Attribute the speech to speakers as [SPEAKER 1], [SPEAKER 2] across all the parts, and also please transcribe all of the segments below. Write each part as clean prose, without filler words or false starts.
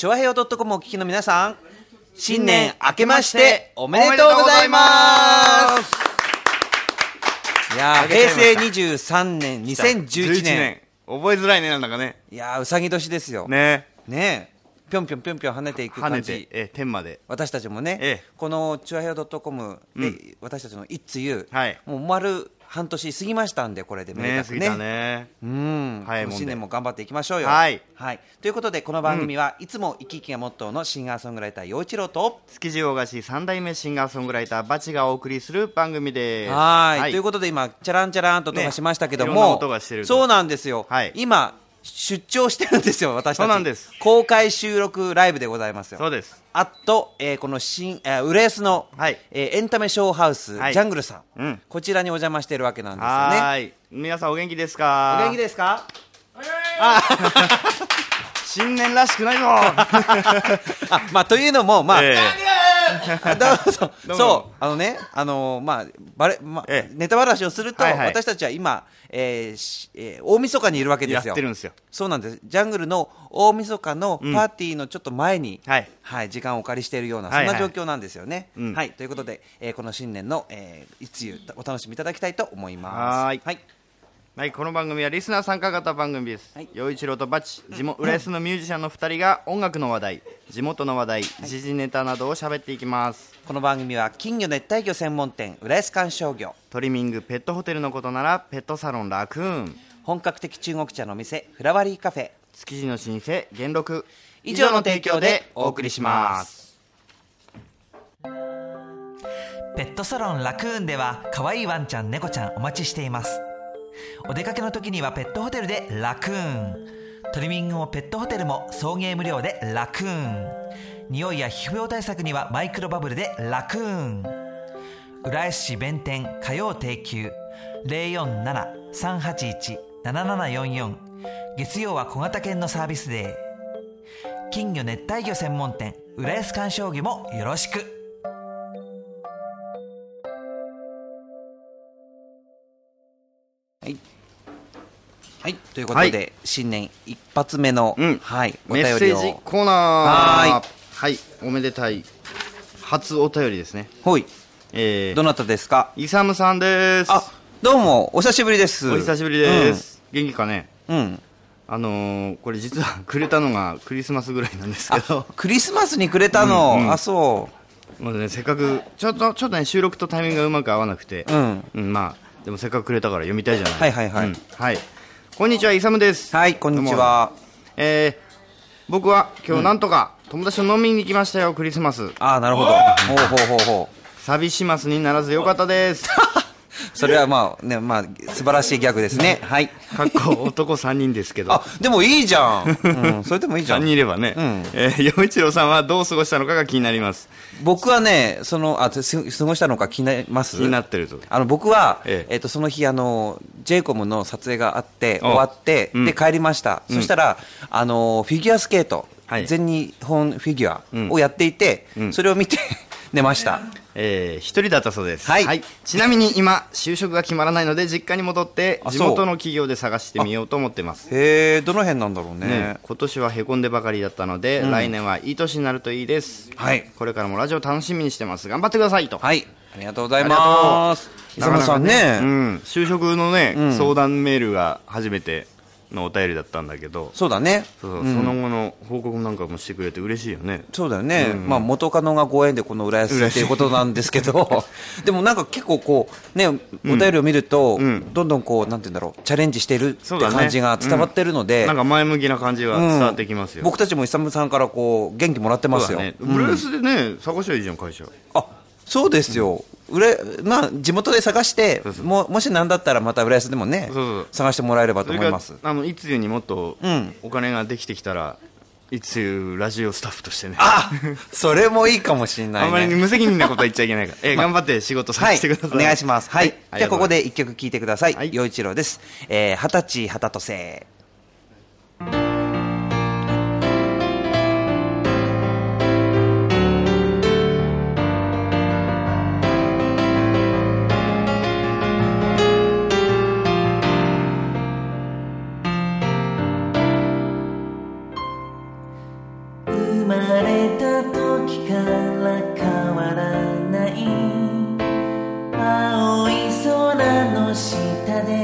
[SPEAKER 1] チョアヘヨ .com をお聞きの皆さん、新年明けましておめでとうございます。いやー、平成23年2011年
[SPEAKER 2] 覚えづらいね、なんだかね。
[SPEAKER 1] いやー、うさぎ年ですよ
[SPEAKER 2] ね
[SPEAKER 1] ね。ぴょんぴょんぴょんぴょん跳ねていく感じ。
[SPEAKER 2] 跳ねて、天まで。
[SPEAKER 1] 私たちもね、このチュアヘヨ .com で、私たちの一通ゆ、もう丸半年過ぎましたんで、これでめでたくね。
[SPEAKER 2] 過ぎたね。
[SPEAKER 1] 早いもんで。新年も頑張っていきましょうよ。
[SPEAKER 2] はい。
[SPEAKER 1] ということで、この番組はいつも生き生きがモットーのシンガーソングライター陽一郎と
[SPEAKER 2] 築地大菓子3代目シンガーソングライターバチがお送りする番組です。
[SPEAKER 1] ということで、今チャランチャランと音がしましたけども、
[SPEAKER 2] 音がしてる。
[SPEAKER 1] そうなんですよ。今出張してるんですよ、私たち。
[SPEAKER 2] そうなんです。
[SPEAKER 1] 公開収録ライブでございますよ。
[SPEAKER 2] そうです。
[SPEAKER 1] この浦安の、エンタメショーハウス、ジャングルさん、こちらにお邪魔しているわけなんですよね。
[SPEAKER 2] 皆さんお元気ですか？
[SPEAKER 1] お元気ですか？
[SPEAKER 2] 新年らしくないぞ。
[SPEAKER 1] というのも、そうネタばらしをすると、私たちは今、大晦日にいるわけですよ。
[SPEAKER 2] やってるんですよ。
[SPEAKER 1] そうなんです。ジャングルの大晦日のパーティーのちょっと前に、時間をお借りしているような、そんな状況なんですよね。ということで、この新年のいつゆお楽しみいただきたいと思います。
[SPEAKER 2] この番組はリスナー参加型番組です。陽一郎とバチ、浦安のミュージシャンの2人が音楽の話題、地元の話題、時事ネタなどを喋っていきます。
[SPEAKER 1] この番組は金魚熱帯魚専門店浦安観賞魚、
[SPEAKER 2] トリミングペットホテルのことならペットサロンラクーン、
[SPEAKER 1] 本格的中国茶の店フラワリーカフェ、
[SPEAKER 2] 築地の老舗元禄、
[SPEAKER 1] 以上の提供でお送りします。
[SPEAKER 3] ペットサロンラクーンでは可愛いワンちゃん猫ちゃんお待ちしています。お出かけの時にはペットホテルでラクーン、トリミングもペットホテルも送迎無料でラクーン、匂いや皮膚病対策にはマイクロバブルでラクーン。浦安市弁天火曜定休 047-381-7744、 月曜は小型犬のサービスデー。金魚熱帯魚専門店浦安観賞魚もよろしく。
[SPEAKER 1] ということで、新年一発目の、お便りを
[SPEAKER 2] メッセージコーナー。おめでたい初お便りですね。
[SPEAKER 1] どなたですか？
[SPEAKER 2] イサムさんです。
[SPEAKER 1] どうもお久しぶりです。
[SPEAKER 2] お久しぶりです。元気かね？これ実はくれたのがクリスマスぐらいなんですけど。
[SPEAKER 1] クリスマスにくれたの？そう。
[SPEAKER 2] せっかくちょっとね、収録とタイミングがうまく合わなくて、でもせっかくくれたから読みたいじゃないですか。こんにちは、イサムです。
[SPEAKER 1] こんにちは。
[SPEAKER 2] 僕は今日なんとか友達と飲みに行きましたよ、クリスマス。
[SPEAKER 1] なるほど。
[SPEAKER 2] 寂しますにならずよかったです。
[SPEAKER 1] それは素晴らしいギャグですね。
[SPEAKER 2] かっこ男3人ですけど。
[SPEAKER 1] でもいいじゃん。それでもいいじゃん。
[SPEAKER 2] 3人いればね。陽一郎さんはどう過ごしたのかが気になります。
[SPEAKER 1] 僕はね、過ごしたのか気になります。
[SPEAKER 2] 気になってると。
[SPEAKER 1] 僕は、その日、ジェイコムの撮影があって、終わって、で、帰りました。そしたら、フィギュアスケート、全日本フィギュアをやっていて、それを見て寝ました。
[SPEAKER 2] 一人だったそうです。ちなみに今就職が決まらないので実家に戻って地元の企業で探してみようと思ってます。
[SPEAKER 1] どの辺なんだろうね。
[SPEAKER 2] 今年はへこんでばかりだったので、来年はいい年になるといいです。これからもラジオ楽しみにしてます。頑張ってくださいと。
[SPEAKER 1] ありがとうございます。伊沢さんね、
[SPEAKER 2] 就職のね、相談メールが初めてのお便りだったんだけど、
[SPEAKER 1] そうだね。
[SPEAKER 2] その後の報告なんかもしてくれて嬉しいよね。
[SPEAKER 1] そうだよね。元カノがご縁でこの浦安っていうことなんですけど、でもなんか結構こうね、お便りを見るとどんどんこうなんて言うんだろう、チャレンジしてるって感じが伝わってるので、
[SPEAKER 2] なんか前向きな感じが伝わってきますよ。
[SPEAKER 1] 僕たちも勇さんからこう元気もらってますよ。
[SPEAKER 2] 浦安でね、探しゃいいじゃん会社。
[SPEAKER 1] そうですよ。地元で探して、もし何だったらまた浦安でもね、探してもらえればと思います。
[SPEAKER 2] いつゆにもっとお金ができてきたら、いつゆラジオスタッフとしてね。
[SPEAKER 1] それもいいかもしれないね。
[SPEAKER 2] あまり無責任なことは言っちゃいけないから。頑張って仕事させてください。
[SPEAKER 1] お願いします。じゃあここで一曲聴いてください。陽一郎です。20歳旗とせ。
[SPEAKER 4] う生まれた時から変わらない青い空の下で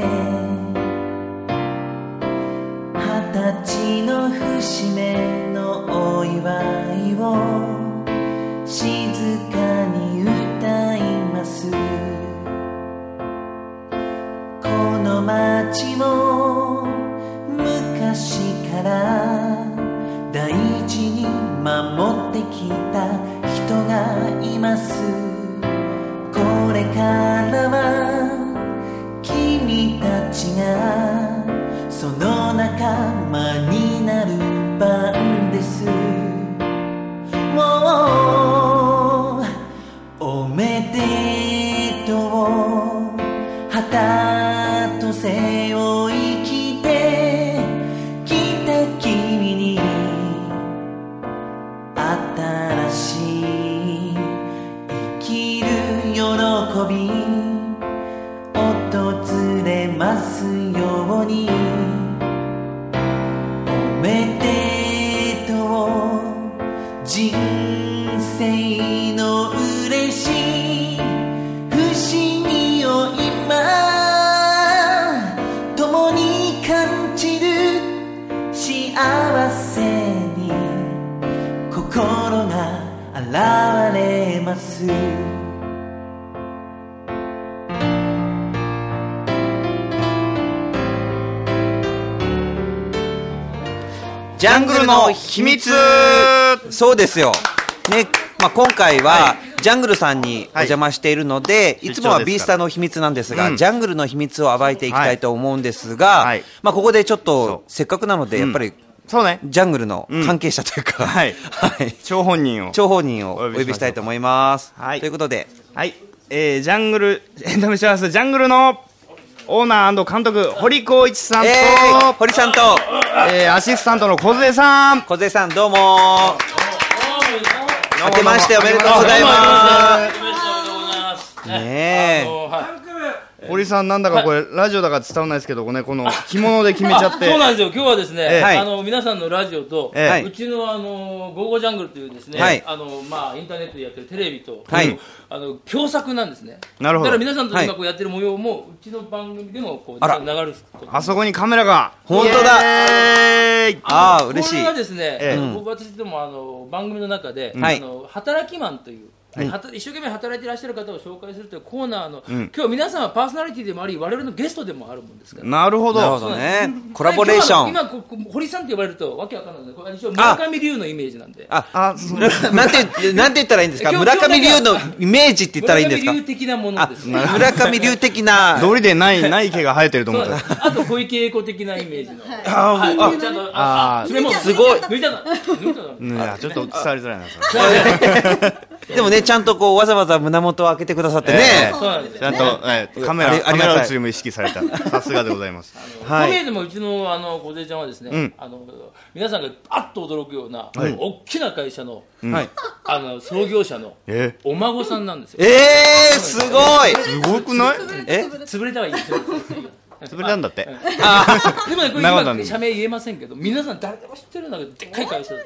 [SPEAKER 4] 20歳の節目のお祝いを静かに歌います。この街も昔から大事に守ってきた人がいます。これからは君たちがその仲間になる番です。おめでとう旗と背を生きてきた君に新しい生きる喜び訪れますように。おめでとう人生の嬉しい節目を今共に感じる幸せに心が現れます。
[SPEAKER 2] ジャングルの秘密。
[SPEAKER 1] そうですよ。ね、今回は、ジャングルさんにお邪魔しているので、いつもはビースタの秘密なんですが、ジャングルの秘密を暴いていきたいと思うんですが、ここでちょっと、せっかくなので、やっぱり、
[SPEAKER 2] そうね。
[SPEAKER 1] ジャングルの関係者というか、
[SPEAKER 2] 張本人を
[SPEAKER 1] お呼びしたいと思います。ということで、
[SPEAKER 2] ジャングル、エンタメシャース、ジャングルのオーナー&監督、堀光一さんと、
[SPEAKER 1] 堀さんと、
[SPEAKER 2] アシスタントの小杉さん。
[SPEAKER 1] 小杉さん、どうも明けましておめでとうございます。ねえ。
[SPEAKER 2] 堀さん、なんだかこれ、ラジオだから伝わらないですけど、この着物で決めちゃって。
[SPEAKER 5] そうなんですよ、今日はですね、皆さんのラジオと、うちのゴーゴージャングルというですね、インターネットでやってるテレビと、共作なんですね。
[SPEAKER 2] なるほど。
[SPEAKER 5] だから皆さんと今こうやってる模様も、うちの番組でもこう流れる。
[SPEAKER 2] あそこにカメラが。
[SPEAKER 1] 本当だ。ああ、嬉しい。
[SPEAKER 5] これはですね、僕私ども番組の中で、働きマンという、一生懸命働いていらっしゃる方を紹介するというコーナーの、今日皆さんはパーソナリティでもあり、我々のゲストでもあるもんですから。
[SPEAKER 2] なるほど。
[SPEAKER 1] なるほどね。コラボレーション。
[SPEAKER 5] 今、堀さんって呼ばれるとわけわかんないので、これ一応村上龍のイメージなんで。
[SPEAKER 1] なんて言ったらいいんですか？村上龍のイメージって言ったらいいんですか？
[SPEAKER 5] 村上龍的なものですね。
[SPEAKER 1] 村上龍的な。
[SPEAKER 2] 道理でない毛が生えてると思った。
[SPEAKER 5] あと小池栄子的なイメージの。
[SPEAKER 1] すごい。
[SPEAKER 5] 抜いたの。
[SPEAKER 2] ちょっと伝わりづらいな、それ。
[SPEAKER 1] でもね、ちゃんとこうわざわざ胸元を開けてくださってね。
[SPEAKER 2] ちゃんとカメラ映りも意識された。さすがでございます。
[SPEAKER 5] こう見えてもうちの小杉ちゃんはですね、皆さんがあっと驚くような大きな会社の創業者のお孫さんなんですよ。
[SPEAKER 1] すごい。
[SPEAKER 2] すごくない？
[SPEAKER 5] 潰れたはいい。
[SPEAKER 2] 潰れたんだって。
[SPEAKER 5] でもね、これ今社名言えませんけど、皆さん誰でも知ってるんだけど、でっかい会社です。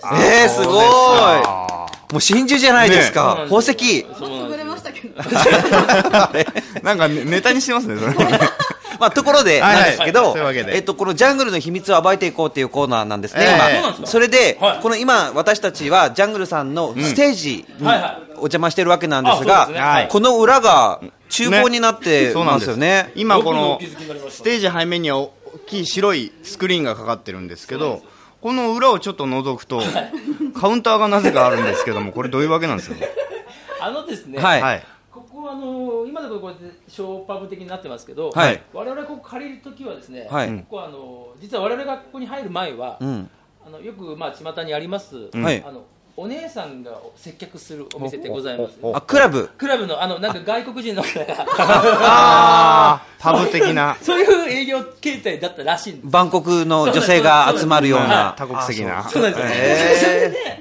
[SPEAKER 1] すごい。もう真珠じゃないですか。宝石。
[SPEAKER 6] 潰れましたけど。
[SPEAKER 2] なんかネタにしてますね、それ。
[SPEAKER 1] ところでなんですけど、このジャングルの秘密を暴いていこうっていうコーナーなんですね、今。それで、この今、私たちはジャングルさんのステージにお邪魔してるわけなんですが、この裏が厨房になってますよね。
[SPEAKER 2] 今、このステージ背面には大きい白いスクリーンがかかってるんですけど、この裏をちょっと覗くと、カウンターがなぜかあるんですけども、これどういうわけなんですか？
[SPEAKER 5] ですね、ここ今でこうやってショーパブ的になってますけど、我々ここ借りるときはですね、ここ実は我々がここに入る前は、よく巷にあります、お姉さんが接客するお店でございます。
[SPEAKER 1] クラブ
[SPEAKER 5] のなんか外国人の方が
[SPEAKER 2] パブ的な
[SPEAKER 5] そういう営業形態だったらしいんです。
[SPEAKER 1] バンコクの女性が集まるような
[SPEAKER 2] 多国籍な。
[SPEAKER 5] そうなんです。それで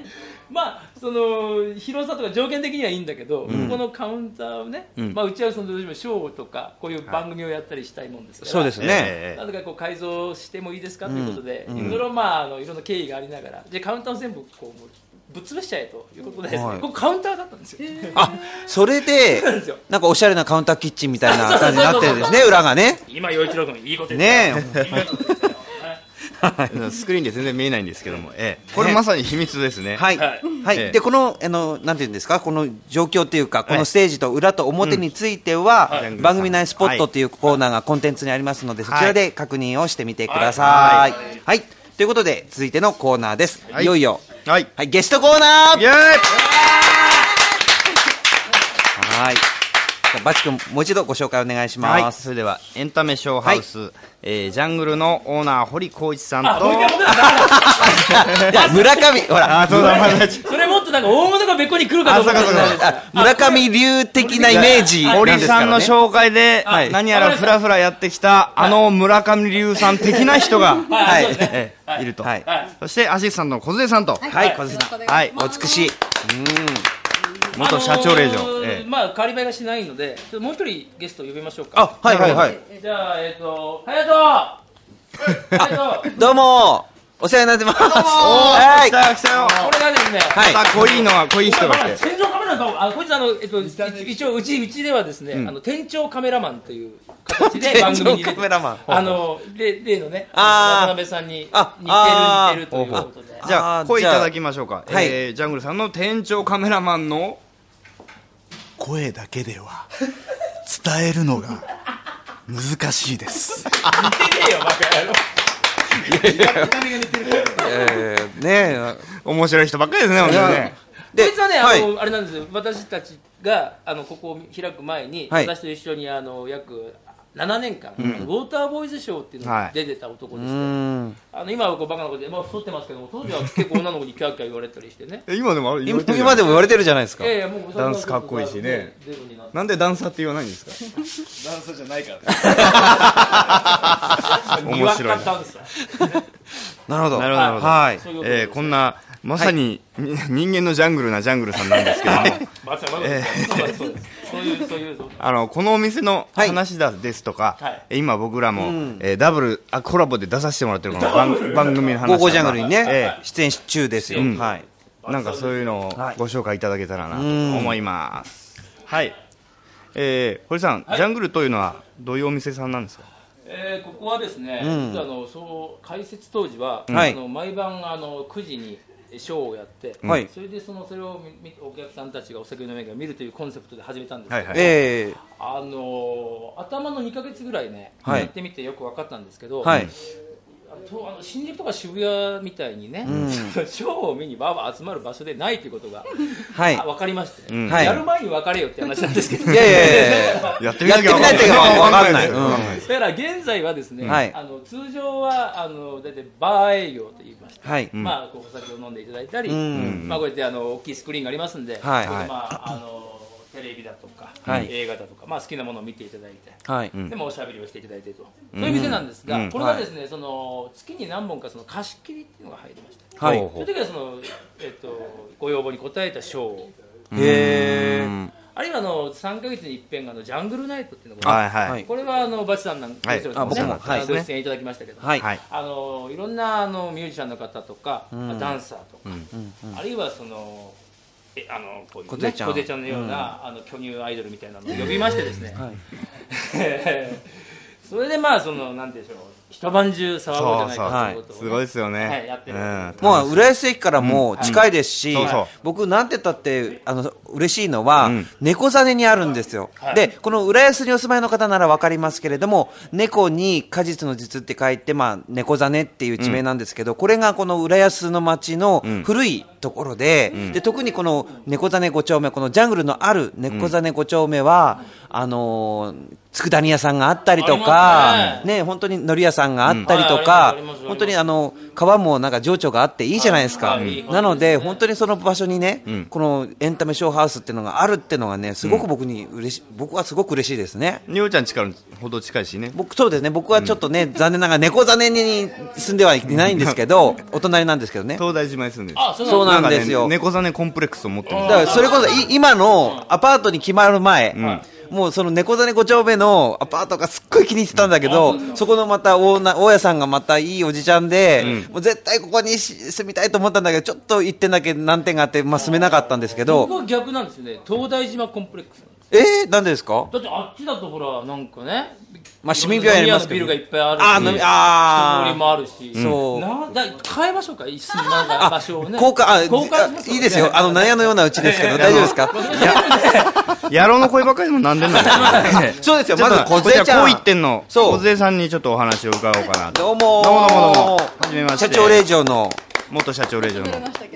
[SPEAKER 5] その広さとか条件的にはいいんだけど、ここのカウンターをね、うちはそのどうしてもショーとかこういう番組をやったりしたいもんですから、
[SPEAKER 1] そうですね。
[SPEAKER 5] なんとかこう改造してもいいですかということで、いろいろいろんな経緯がありながら、じゃあカウンターを全部こうぶっ潰しちゃえということでですね、ここカウンターだったんですよ。
[SPEAKER 1] それでなんかおしゃれなカウンターキッチンみたいな感じになってるんですね、裏がね。
[SPEAKER 5] 今陽一郎君いいこと言ってね。
[SPEAKER 2] スクリーンで全然見えないんですけども、これまさに秘密ですね。
[SPEAKER 1] はい。で、この、なんていうんですか、この状況というか、このステージと裏と表については、番組内スポットというコーナーがコンテンツにありますので、そちらで確認をしてみてください。はい。ということで、続いてのコーナーです。いよいよ、ゲストコーナー。イエーイ。はい。バチ君、もう一度ご紹介お願いします。
[SPEAKER 2] それではエンタメショーハウス、ジャングルのオーナー堀浩一さんと
[SPEAKER 1] 村上、ほら、
[SPEAKER 5] それもっとなんか大物が別個に来るかと思った
[SPEAKER 1] 村上流的なイメージ。
[SPEAKER 2] 堀さんの紹介で何やらフラフラやってきた村上流さん的な人がいると。そしてアシスタントの小杉さんと。
[SPEAKER 1] はい、小杉さん。はい、お美しい。
[SPEAKER 2] 元社長令嬢。
[SPEAKER 5] まあ変わり映えがしないので、もう一人ゲストを呼びましょうか。
[SPEAKER 1] はいはいはい。
[SPEAKER 5] じゃあ隼人。
[SPEAKER 1] どうもお世話になってます。
[SPEAKER 2] はい。来たよ。
[SPEAKER 5] これがですね。
[SPEAKER 2] また濃いのは濃い人が来て。
[SPEAKER 5] 天井カメラマンこいつ一応うちではですね、店長カメラマンという形で番組に
[SPEAKER 1] カメラマン。
[SPEAKER 5] 例のね渡辺さんに似てるということで。
[SPEAKER 2] じゃあ声いただきましょうか。ジャングルさんの店長カメラマンの
[SPEAKER 6] 声だけでは伝えるのが難しいです。
[SPEAKER 5] 似てねえよバカ
[SPEAKER 2] 野郎。ねえ、面白い人ばっかりですね、本当にね。
[SPEAKER 5] こいつはね、あれなんですよ、私たちがここを開く前に、私と一緒に約7年間、ウォーターボーイズショーっていうのに出てた男でして、今はバカなことで、太ってますけども、当時は結構女の子にキャーキャー言われたりしてね。
[SPEAKER 2] 今でも
[SPEAKER 1] 今でも言われてるじゃないですか。
[SPEAKER 2] ダンスかっこいいしね。なんでダンサーって言わないんですか。
[SPEAKER 6] ダンサーじゃないから。
[SPEAKER 2] 面白い。
[SPEAKER 1] なるほど。
[SPEAKER 2] はい。こんなまさに人間のジャングルなジャングルさんなんですけども。このお店の話ですとか、今僕らもダブルコラボで出させてもらってるこの番組の話、
[SPEAKER 1] ゴーゴージャングルにね出演中ですよ。
[SPEAKER 2] なんかそういうのをご紹介いただけたらなと思います。はい。堀さん、ジャングルというのはどういうお店さんなんですか。
[SPEAKER 5] ここはですね、実は開設当時は毎晩9時にショーをやって、それでそれをお客さんたちがお酒飲みながら見るというコンセプトで始めたんですけど、頭の2ヶ月ぐらいね、やってみてよく分かったんですけど、新宿とか渋谷みたいにね、ショーを見にわーわー集まる場所でないということが分かりまして、やる前に別れよって話なんですけど、
[SPEAKER 2] やってみないと分かんない。だ
[SPEAKER 5] から現在はですね、通常は大体バー営業と言いまして、お酒を飲んでいただいたり、こうやって大きいスクリーンがありますんで、テレビだとか、映画だとか、好きなものを見ていただいて、でもおしゃべりをしていただいてと、そういう店なんですが、これがですね、月に何本か貸し切りっていうのが入りまして、そういう時はご要望に応えたショーを、あるいは3ヶ月に一遍ジャングルナイトっていうのが、これはバチさんなんかご出演いただきましたけど、いろんなミュージシャンの方とか、ダンサーとか、あるいはこういうね、小手ちゃんのような巨乳アイドルみたいなのを呼びましてですね、それでなんていうんでしょう、一晩中騒ごうじゃないかということを、
[SPEAKER 2] すごいですよね。
[SPEAKER 5] やってる。
[SPEAKER 1] もう浦安駅からも近いですし、僕なんて言ったって嬉しいのは猫ザネにあるんですよ。でこの浦安にお住まいの方なら分かりますけれども、猫に果実の実って書いて猫ザネっていう地名なんですけど、これがこの浦安の町の古いところで、特にこの猫ザネ5丁目、このジャングルのある猫ザネ5丁目は佃煮屋さんがあったりとかね、本当に海苔屋ささんがあったりとか、本当に川もなんか情緒があっていいじゃないですか。なので本当にその場所にね、このエンタメショーハウスっていうのがあるっていうのがね、すごく僕はすごく嬉しいですね。
[SPEAKER 2] におちゃん家からほど近いしね。
[SPEAKER 1] そうですね。僕はちょっとね、残念ながら猫座根に住んではいないんですけど、お隣なんですけどね。
[SPEAKER 2] 東大島に住んでる。
[SPEAKER 1] そうなんですよ。
[SPEAKER 2] 猫座根コンプレックスを持ってる。
[SPEAKER 1] だからそれこそ今のアパートに決まる前、もうその猫座根5丁目のアパートがすっごい気に入ってたんだけど、そこのまた大家さんがまたいいおじちゃんで、もう絶対ここに住みたいと思ったんだけど、ちょっと1点だけ難点があって、住めなかったんですけど。
[SPEAKER 5] 僕は逆なんですよね。東大島コンプレックス。
[SPEAKER 1] なんでですか？
[SPEAKER 5] だってあっちだとほらなんかね、
[SPEAKER 1] 市民病院ありますけど、
[SPEAKER 5] ビルがいっぱいあるし、人通りもあるし、変えましょうか、一寸なんか場所をね。
[SPEAKER 1] 交換いいですよ。納屋のようなうちですけど大丈夫ですか？
[SPEAKER 2] 野郎の声ばかりもなんでもない。
[SPEAKER 1] そうですよ。まず小
[SPEAKER 2] 杖ちゃん、こう言ってんの小杖さんにちょっとお話を伺おうかなと。
[SPEAKER 1] どうも
[SPEAKER 2] はじめまして。
[SPEAKER 1] 社長令嬢の
[SPEAKER 2] 元社長令嬢の。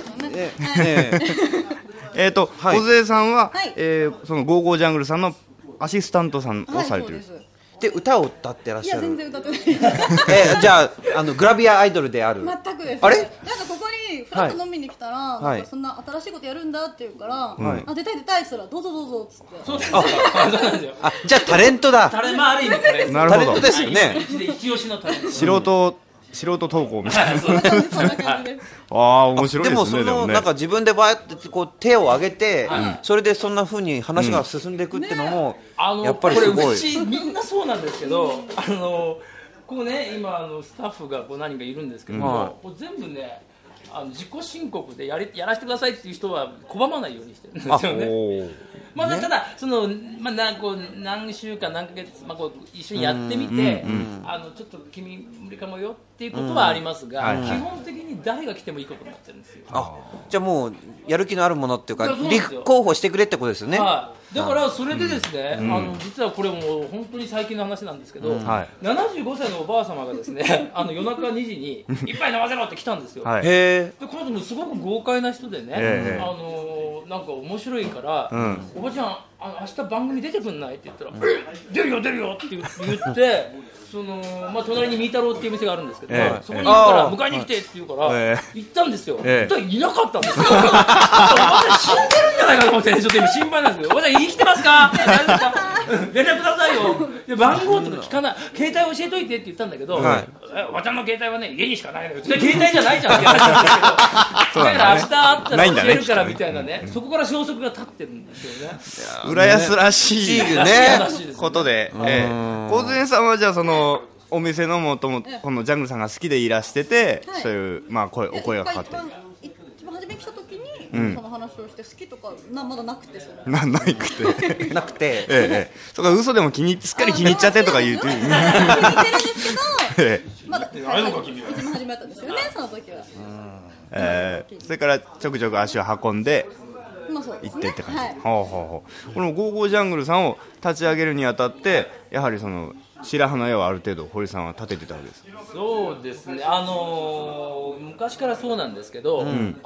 [SPEAKER 2] 小杖さんは、そのゴーゴージャングルさんのアシスタントさんをされてる。
[SPEAKER 1] で歌を歌ってらっしゃる。
[SPEAKER 7] いや全然歌ってない
[SPEAKER 1] じゃあグラビアアイドルである。
[SPEAKER 7] 全くです。
[SPEAKER 1] あれ？
[SPEAKER 7] なんかここにフラッと飲みに来たら、なんかそんな新しいことやるんだって言うから、あ出たい出たいしたらどうぞどうぞっつって。
[SPEAKER 5] そうなんですよ。
[SPEAKER 1] じゃあタレントだ。
[SPEAKER 5] ある意味タレント。
[SPEAKER 2] なるほど。
[SPEAKER 1] タレントですよね。
[SPEAKER 5] 一押しのタレント。
[SPEAKER 2] 素人投稿みたいな。
[SPEAKER 7] そんな感じです。
[SPEAKER 2] 面白いですね。
[SPEAKER 1] でもそのなんか自分でバーってこう手を挙げて、それでそんな風に話が進んでいくっていうのもやっぱりすごい。
[SPEAKER 5] これうちみんなそうなんですけど、こうね今スタッフがこう何人かいるんですけども、全部ね自己申告でやらせてくださいっていう人は拒まないようにしてるんですよね。ただ何週間何ヶ月、こう一緒にやってみて、ちょっと君無理かもよっていうことはありますが、基本的に誰が来てもいいことになってるんですよ。
[SPEAKER 1] じゃあもうやる気のあるものっていうか立候補してくれってことですよね。
[SPEAKER 5] だからそれでですね、実はこれも本当に最近の話なんですけど、75歳のおばあ様がですね夜中2時に一杯飲ませろって来たんですよ。でこの人もすごく豪快な人でね、なんか面白いから、おばちゃん明日番組出てくんないって言ったら、出るよ出るよって言って隣にみーたろうっていう店があるんですけど、そこに行くから迎えに来てって言うから行ったんですよ。そしたらいなかったんですよ。おばちゃん死んでるんじゃないかと思ってちょっと今心配なんですけど、おばちゃん生きてますか？大丈夫ですか？連絡くださいよ。で番号とか聞かない、携帯教えといてって言ったんだけど、おばちゃんの携帯はね家にしかないのよ。携帯じゃないじゃんって話なんですけど、だから明日会ったら教えるからみたいなね、そこから消息が立ってるんですよね。
[SPEAKER 2] 浦安らしいことで、小泉さんはじゃあそのお店のもともこのジャングルさんが好きでいらしてて、そういうお声がかかってる。
[SPEAKER 7] 一番初めに来た時にその話をして好きとかまだなくて
[SPEAKER 1] なくて
[SPEAKER 2] そこ嘘でもすっかり気に入っちゃってとか言うて
[SPEAKER 7] 気に入ってるんですけど、まだ一番初めだったんですよねその時は。
[SPEAKER 2] それからちょくちょく足を運んで行ってって感じ。このゴーゴージャングルさんを立ち上げるにあたってやはりその白羽の矢をある程度堀さんは立ててたわけです。
[SPEAKER 5] そうですね、昔からそうなんですけど、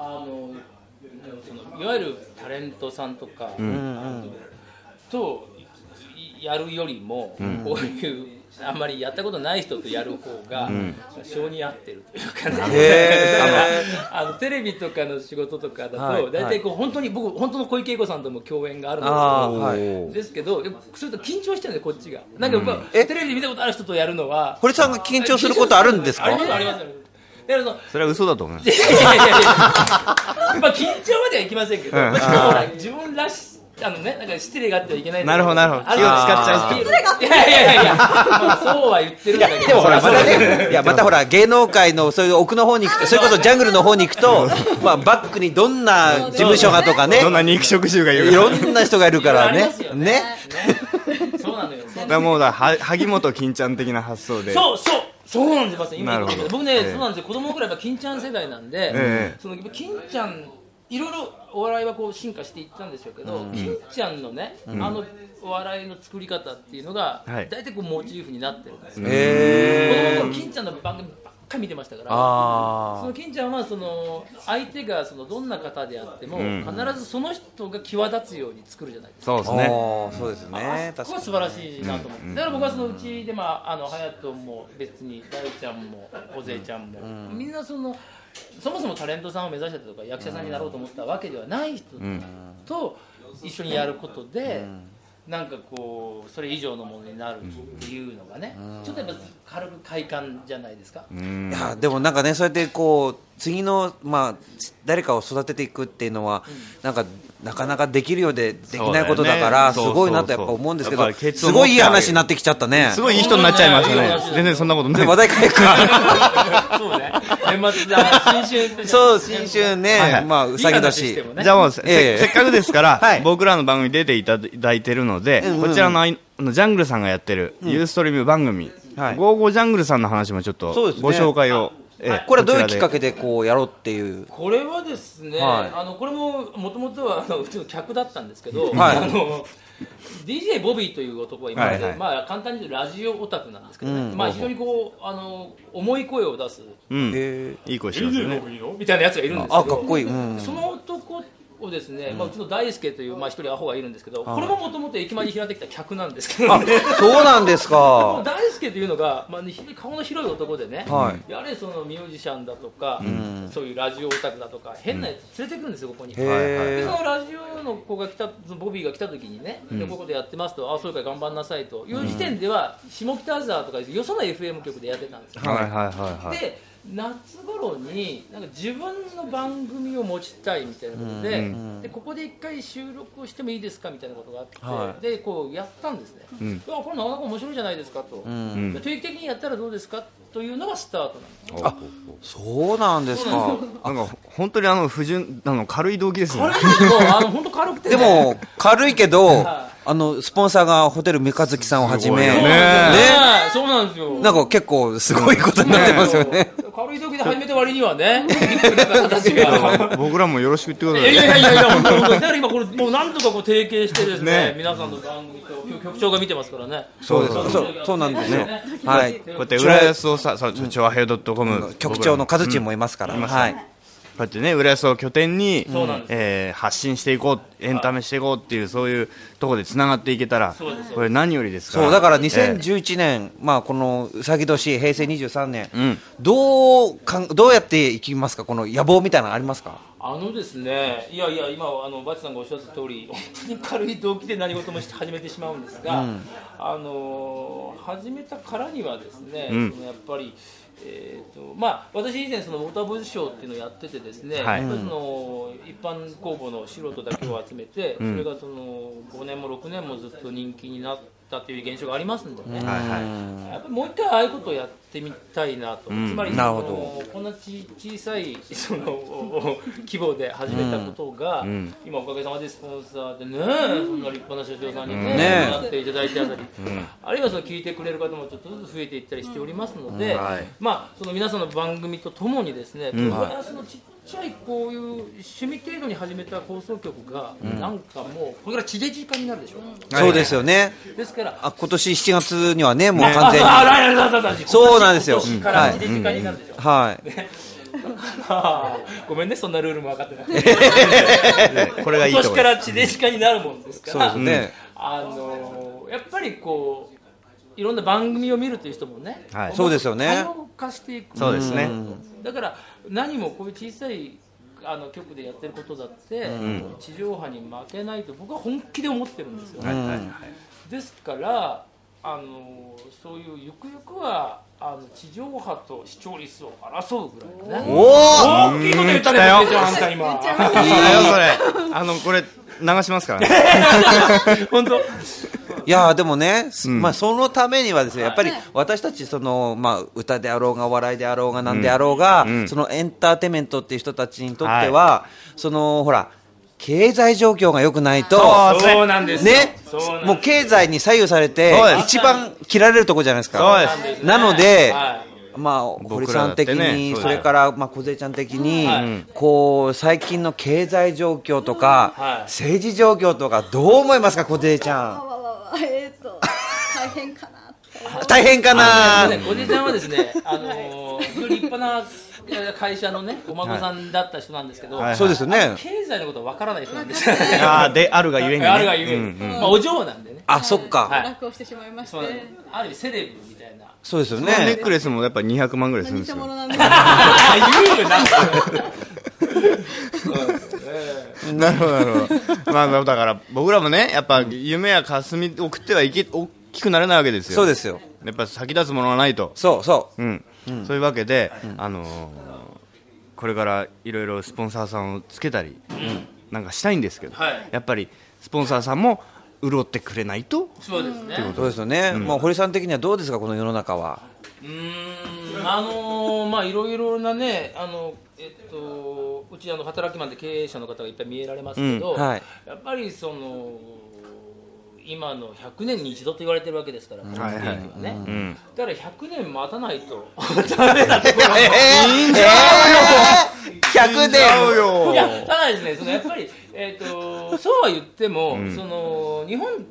[SPEAKER 5] いわゆるタレントさんとか、とやるよりも、こういうあんまりやったことない人とやる方が性に合ってるというかね。だからテレビとかの仕事とかだと大体こう本当に僕本当の小池栄子さんとも共演があるんですけど、それと緊張してるんでこっちが。なんかテレビで見たことある人とやるのは。
[SPEAKER 1] 堀さんが緊張することあるんですか？
[SPEAKER 5] あります。
[SPEAKER 2] それは嘘だと思います。
[SPEAKER 5] 緊張まではいきませんけど、自分らしなんか失礼があってはいけない。
[SPEAKER 2] なるほど気を使っちゃう。
[SPEAKER 7] 失礼があって。
[SPEAKER 5] いやそうは言ってるんだけど。
[SPEAKER 1] でもほらまたね、またほら芸能界のそういう奥の方に行くと、それこそジャングルの方に行くと、バックにどんな事務所がとかね、
[SPEAKER 2] どんな肉食獣がいる
[SPEAKER 1] か、いろんな人がいるからね。
[SPEAKER 5] そうなのよ。
[SPEAKER 2] だからもう萩本欽ちゃん的な発想で。
[SPEAKER 5] そうなんですよ。今言ったけど僕ね、そうなんですよ。子供ぐらい金ちゃん世代なんで、金ちゃんいろいろお笑いはこう進化していったんでしょうけど、金ちゃんのね、お笑いの作り方っていうのが大体こうモチーフになってるんですよ。子供の頃金ちゃんの番組ばっかり見てましたから、その金ちゃんはその相手がそのどんな方であっても、必ずその人が際立つように作るじゃないですか。
[SPEAKER 2] そうですね。
[SPEAKER 1] そうですね。
[SPEAKER 5] そこは素晴らしいなと思って、だから僕はそのうちで隼人も別に大ちゃんも小勢ちゃんも、みんなそもそもタレントさんを目指したとか役者さんになろうと思ったわけではない人と一緒にやることで、なんかこうそれ以上のものになるっていうのがね、ちょっとやっぱ軽く快感じゃないですか。
[SPEAKER 1] いやでもなんかね、そうやってこう次の誰かを育てていくっていうのは、なんかなかなかできるようでできないことだから、すごいなとやっぱ思うんですけど、すごいいい話になってきちゃったね。
[SPEAKER 2] すごいいい人になっちゃいましたね。全然そんなことない。
[SPEAKER 1] 話題変えるか。
[SPEAKER 5] そうね。年末だ、新春。
[SPEAKER 1] そう、新春ね、うさぎ年。
[SPEAKER 2] じゃあもうせっかくですから、僕らの番組に出ていただいてるので、こちらのジャングルさんがやってるユーストリーム番組、ゴーゴージャングルさんの話もちょっとご紹介を。
[SPEAKER 1] これはどういうきっかけでこうやろうっていう。
[SPEAKER 5] これはですね、これももともとはうちの客だったんですけど、DJ ボビーという男がいまして、簡単に言うとラジオオタクなんですけどね、非常にこう重い声を出す、
[SPEAKER 2] いい声してますよね
[SPEAKER 5] みたいなやつがいるんですけど、
[SPEAKER 1] かっこいい。
[SPEAKER 5] その男をですね、うちの大輔という一人アホがいるんですけど、これももともと駅前に開いてきた客なんですけどね。
[SPEAKER 1] そうなんですか。
[SPEAKER 5] 大輔というのが顔の広い男でね、やれそのミュージシャンだとか、そういうラジオオタクだとか変なやつ連れてくるんですよ、ここに。でそのラジオの子が来た、ボビーが来た時にね、こういうことやってますと、そういうから頑張んなさいという時点では、下北沢とかよその FM 局でやってたんですよ。で夏頃になんか自分の番組を持ちたいみたいなことで、ここで一回収録をしてもいいですかみたいなことがあって、でこうやったんですね。これなかなか面白いじゃないですかと、定期的にやったらどうですかというのがスタートなんです。
[SPEAKER 1] そうなんですか。
[SPEAKER 2] なんか本当に不純軽い動機ですね。
[SPEAKER 5] 本当軽くて。
[SPEAKER 1] でも軽いけど。スポンサーがホテル三日月さんをはじめ、
[SPEAKER 5] そうなんですよ。
[SPEAKER 1] なんか結構すごいことになってますよね。
[SPEAKER 5] 軽い時で始めた割にはね。
[SPEAKER 2] 僕らもよろしく言ってください。
[SPEAKER 5] いや、本当に。だから今これもうなんとか提携してですね、皆さんの番組と局長が見てますからね。
[SPEAKER 1] そうです。そうなんですよ。はい。こ
[SPEAKER 2] うやって浦安を調和平.com
[SPEAKER 1] 局長のカズチンもいますから。はい。
[SPEAKER 2] こうやってね、浦安を拠点に発信していこう、エンタメしていこうっていう、そういうところでつながっていけたら、これ何よりですから。
[SPEAKER 1] そうだから2011年、このうさぎ年平成23年、どうやっていきますか、この野望みたいなのありますか。
[SPEAKER 5] ですね、いや今バチさんがおっしゃった通り、本当に軽い動機で何事も始めてしまうんですが、始めたからにはですね、やっぱり。私以前そのモーターボイスショーっていうのをやっててですね、やっぱりその一般公募の素人だけを集めて、それがその5年も6年もずっと人気になったという現象がありますんでね、やっぱりもう一回ああいうことをやってみたいなと、つまりこんな小さいその規模で始めたことが、今おかげさまでスポンサーでね、そんな立派な社長さんになっていただいてあたり、あるいはその聞いてくれる方もちょっとずつ増えていったりしておりますので、その皆さんの番組とともにですね、そのちっちゃいこういう趣味程度に始めた放送局が、なんかもうこれから地デジ化になるでしょ。
[SPEAKER 1] そうですよね。
[SPEAKER 5] ですから
[SPEAKER 1] 今年7月にはね、もう完全にそうなんですよ。
[SPEAKER 5] 今年から地デジ化になるでしょ。
[SPEAKER 1] はい。
[SPEAKER 5] ごめんね、そんなルールも分かってなくて。
[SPEAKER 2] これがいいと
[SPEAKER 5] 今年から地デジ化になるもんですから、
[SPEAKER 1] そうですね。
[SPEAKER 5] やっぱりこういろんな番組を見るという人もね、
[SPEAKER 1] そうですよね。
[SPEAKER 5] 多様化していく。
[SPEAKER 2] そうですね。
[SPEAKER 5] だから何もこういう小さい局でやってることだって、地上波に負けないと僕は本気で思ってるんですよ。ですからそういうゆくゆくは地上波と視聴率を争うぐらいのね。大きいこと言ったね、あんた今。
[SPEAKER 2] いいよそれ。これ流しますからね。
[SPEAKER 5] 本当。
[SPEAKER 1] いやでもね、そのためにはですね、やっぱり私たちその歌であろうが笑いであろうが何であろうが、そのエンターテインメントっていう人たちにとっては、そのほら経済状況が良くないと、
[SPEAKER 5] そうなんです
[SPEAKER 1] ね、もう経済に左右されて一番切られるところじゃないですか。なので。堀さん的に、それから小勢ちゃん的に、こう最近の経済状況とか、政治状況とかどう思いますか、小勢ちゃん。
[SPEAKER 7] 大変かな。
[SPEAKER 1] 大変かな。
[SPEAKER 5] 小勢ちゃんはですね、非常立派な会社のねお孫さんだった人なんですけど、
[SPEAKER 1] そうですよね。
[SPEAKER 5] 経済のことわからない人なんですよね。
[SPEAKER 2] であるがゆえにね。
[SPEAKER 5] あるがゆえに、お嬢なんでね。
[SPEAKER 1] あ、そっか。
[SPEAKER 7] 楽をしてしまいまして、
[SPEAKER 5] ある意味セレブみたいな。
[SPEAKER 1] そうですよね。
[SPEAKER 2] ネックレスもやっぱ200万ぐらいするんですよ。
[SPEAKER 7] 偽物なんで。
[SPEAKER 2] なるほどなるほど。まあだから僕らもねやっぱ夢や霞を送って大きくなれないわけですよ。
[SPEAKER 1] そうですよ。
[SPEAKER 2] やっぱ先立つものがないと。
[SPEAKER 1] そう。
[SPEAKER 2] そういうわけでこれからいろいろスポンサーさんをつけたりなんかしたいんですけど、やっぱりスポンサーさんも潤ってくれないと。
[SPEAKER 5] そうですね。
[SPEAKER 1] そうですよね。もう堀さん的にはどうですかこの世の中は。
[SPEAKER 5] まあいろいろなねうち働きマンで経営者の方がいっぱい見えられますけど、やっぱりその今の100年に一度と言われてるわけですから、ね、だから100年待たないとダメなところも
[SPEAKER 2] いいんちゃうよ
[SPEAKER 1] 100年
[SPEAKER 5] いやただですねやっぱりそうは言っても、その日本って、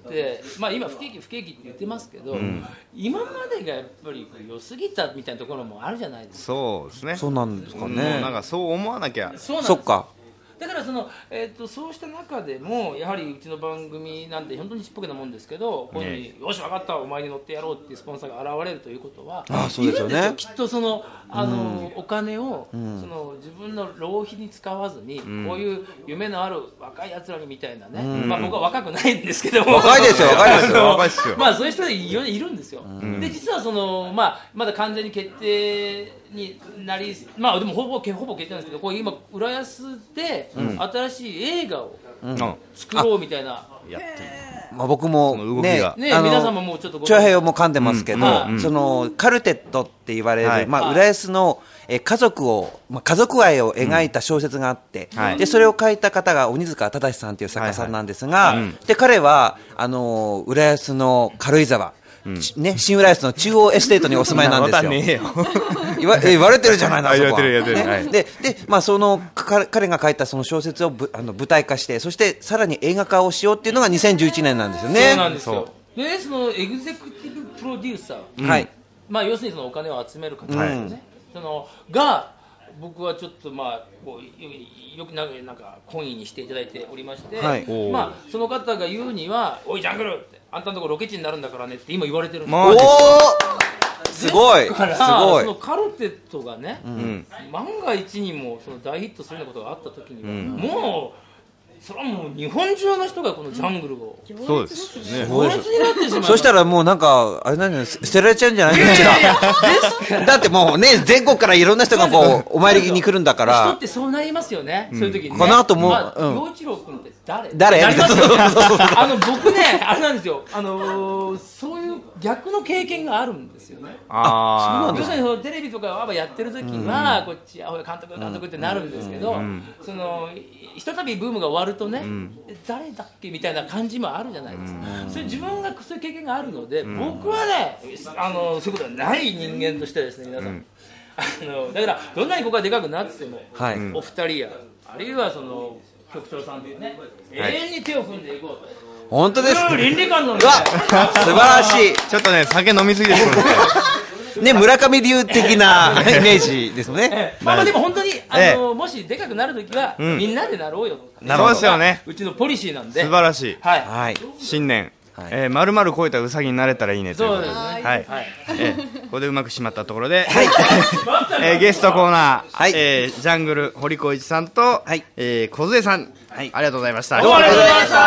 [SPEAKER 5] まあ、今不景気って言ってますけど、今までがやっぱり良すぎたみたいなところもあるじゃないですか。
[SPEAKER 2] そうですね。
[SPEAKER 1] そうなんですかね。
[SPEAKER 2] なんかそう思わなきゃ。
[SPEAKER 5] そ
[SPEAKER 1] っか。
[SPEAKER 5] だからそうした中でもやはりうちの番組なんて本当にちっぽけなもんですけど、こういうふうによし分かったお前に乗ってやろうっていうスポンサーが現れるということは、
[SPEAKER 1] そうですよね。
[SPEAKER 5] きっとそのお金をその自分の浪費に使わずに、こういう夢のある若いやつらにみたいなね、まあ僕は若くないんですけども、
[SPEAKER 1] 若いですよ
[SPEAKER 5] まあそういう人でいるんですよ。で実はそのまだ完全に決定になり、まあでもほぼ決定なんですけど、こう今浦安で新しい映画を作ろうみたいな。
[SPEAKER 1] まあ僕もね
[SPEAKER 5] 皆さんももうちょっと
[SPEAKER 1] 長平も噛んでますけど、そのカルテットって言われるまあ浦安の家族愛を描いた小説があって、でそれを書いた方が鬼塚正さんという作家さんなんですが、で彼は浦安の軽井沢新浦安の中央エステートにお住まいなんですよ。言われてるじゃないですか。
[SPEAKER 2] 言われてる。
[SPEAKER 1] で、まあその彼が書いたその小説を舞台化して、そしてさらに映画化をしようっていうのが2011年なんですよね。
[SPEAKER 5] そうなんですよ。で、そのエグゼクティブプロデューサー、まあ要するにそのお金を集める方ですよね。が僕はちょっとまあこうよくなんか懇意にしていただいておりまして、まあその方が言うには、おいジャングルってあんたのところロケ地になるんだからねって今言われてるんですよ。
[SPEAKER 1] すごい。
[SPEAKER 5] だからそのカルテットがね、万が一にもその大ヒットするようなことがあった時には、もうそれはもう日本中の人がこのジャングルを
[SPEAKER 2] そうですね。
[SPEAKER 5] 行列になってしまう。
[SPEAKER 1] そしたらもうなんかあれなんじゃない、捨てられちゃうんじゃないの。だってもうね全国からいろんな人がこうお参りに来るんだから。
[SPEAKER 5] 人ってそうなりますよね。そういう時にね。
[SPEAKER 1] この後も
[SPEAKER 5] 陽一郎君って誰？
[SPEAKER 1] なりますよ。
[SPEAKER 5] 僕ねあれなんですよ。そういう逆の経験があるんですよね。要するにテレビとかやってる時はこっち監督ってなるんですけど、そのひとたびブームが終わるとね、誰だっけみたいな感じもあるじゃないですか。それ自分がそういう経験があるので、僕はねそういうことはない人間としてですね、皆さんだからどんなにここがでかくなっても、お二人やあるいはその局長さんでね、永遠に手を組んでいこうと。
[SPEAKER 1] 本当です。
[SPEAKER 5] 倫理観のね、
[SPEAKER 1] 素晴らしい。
[SPEAKER 2] ちょっとね酒飲みすぎです
[SPEAKER 1] ね、村上流的なイメージですね。
[SPEAKER 5] まあでも本当にもしでかくなるときはみんなでなろうよ。
[SPEAKER 2] そうですよね。
[SPEAKER 5] うちのポリシーなんで。
[SPEAKER 2] 素晴らしい。
[SPEAKER 1] はい。
[SPEAKER 2] 新年丸々超えたウサギになれたらいいねということで。
[SPEAKER 5] はい。
[SPEAKER 2] ここでうまくしまったところで、ゲストコーナージャングル堀浩一さんと梢さん、ありがとうございました。
[SPEAKER 5] どうもありがとうございました。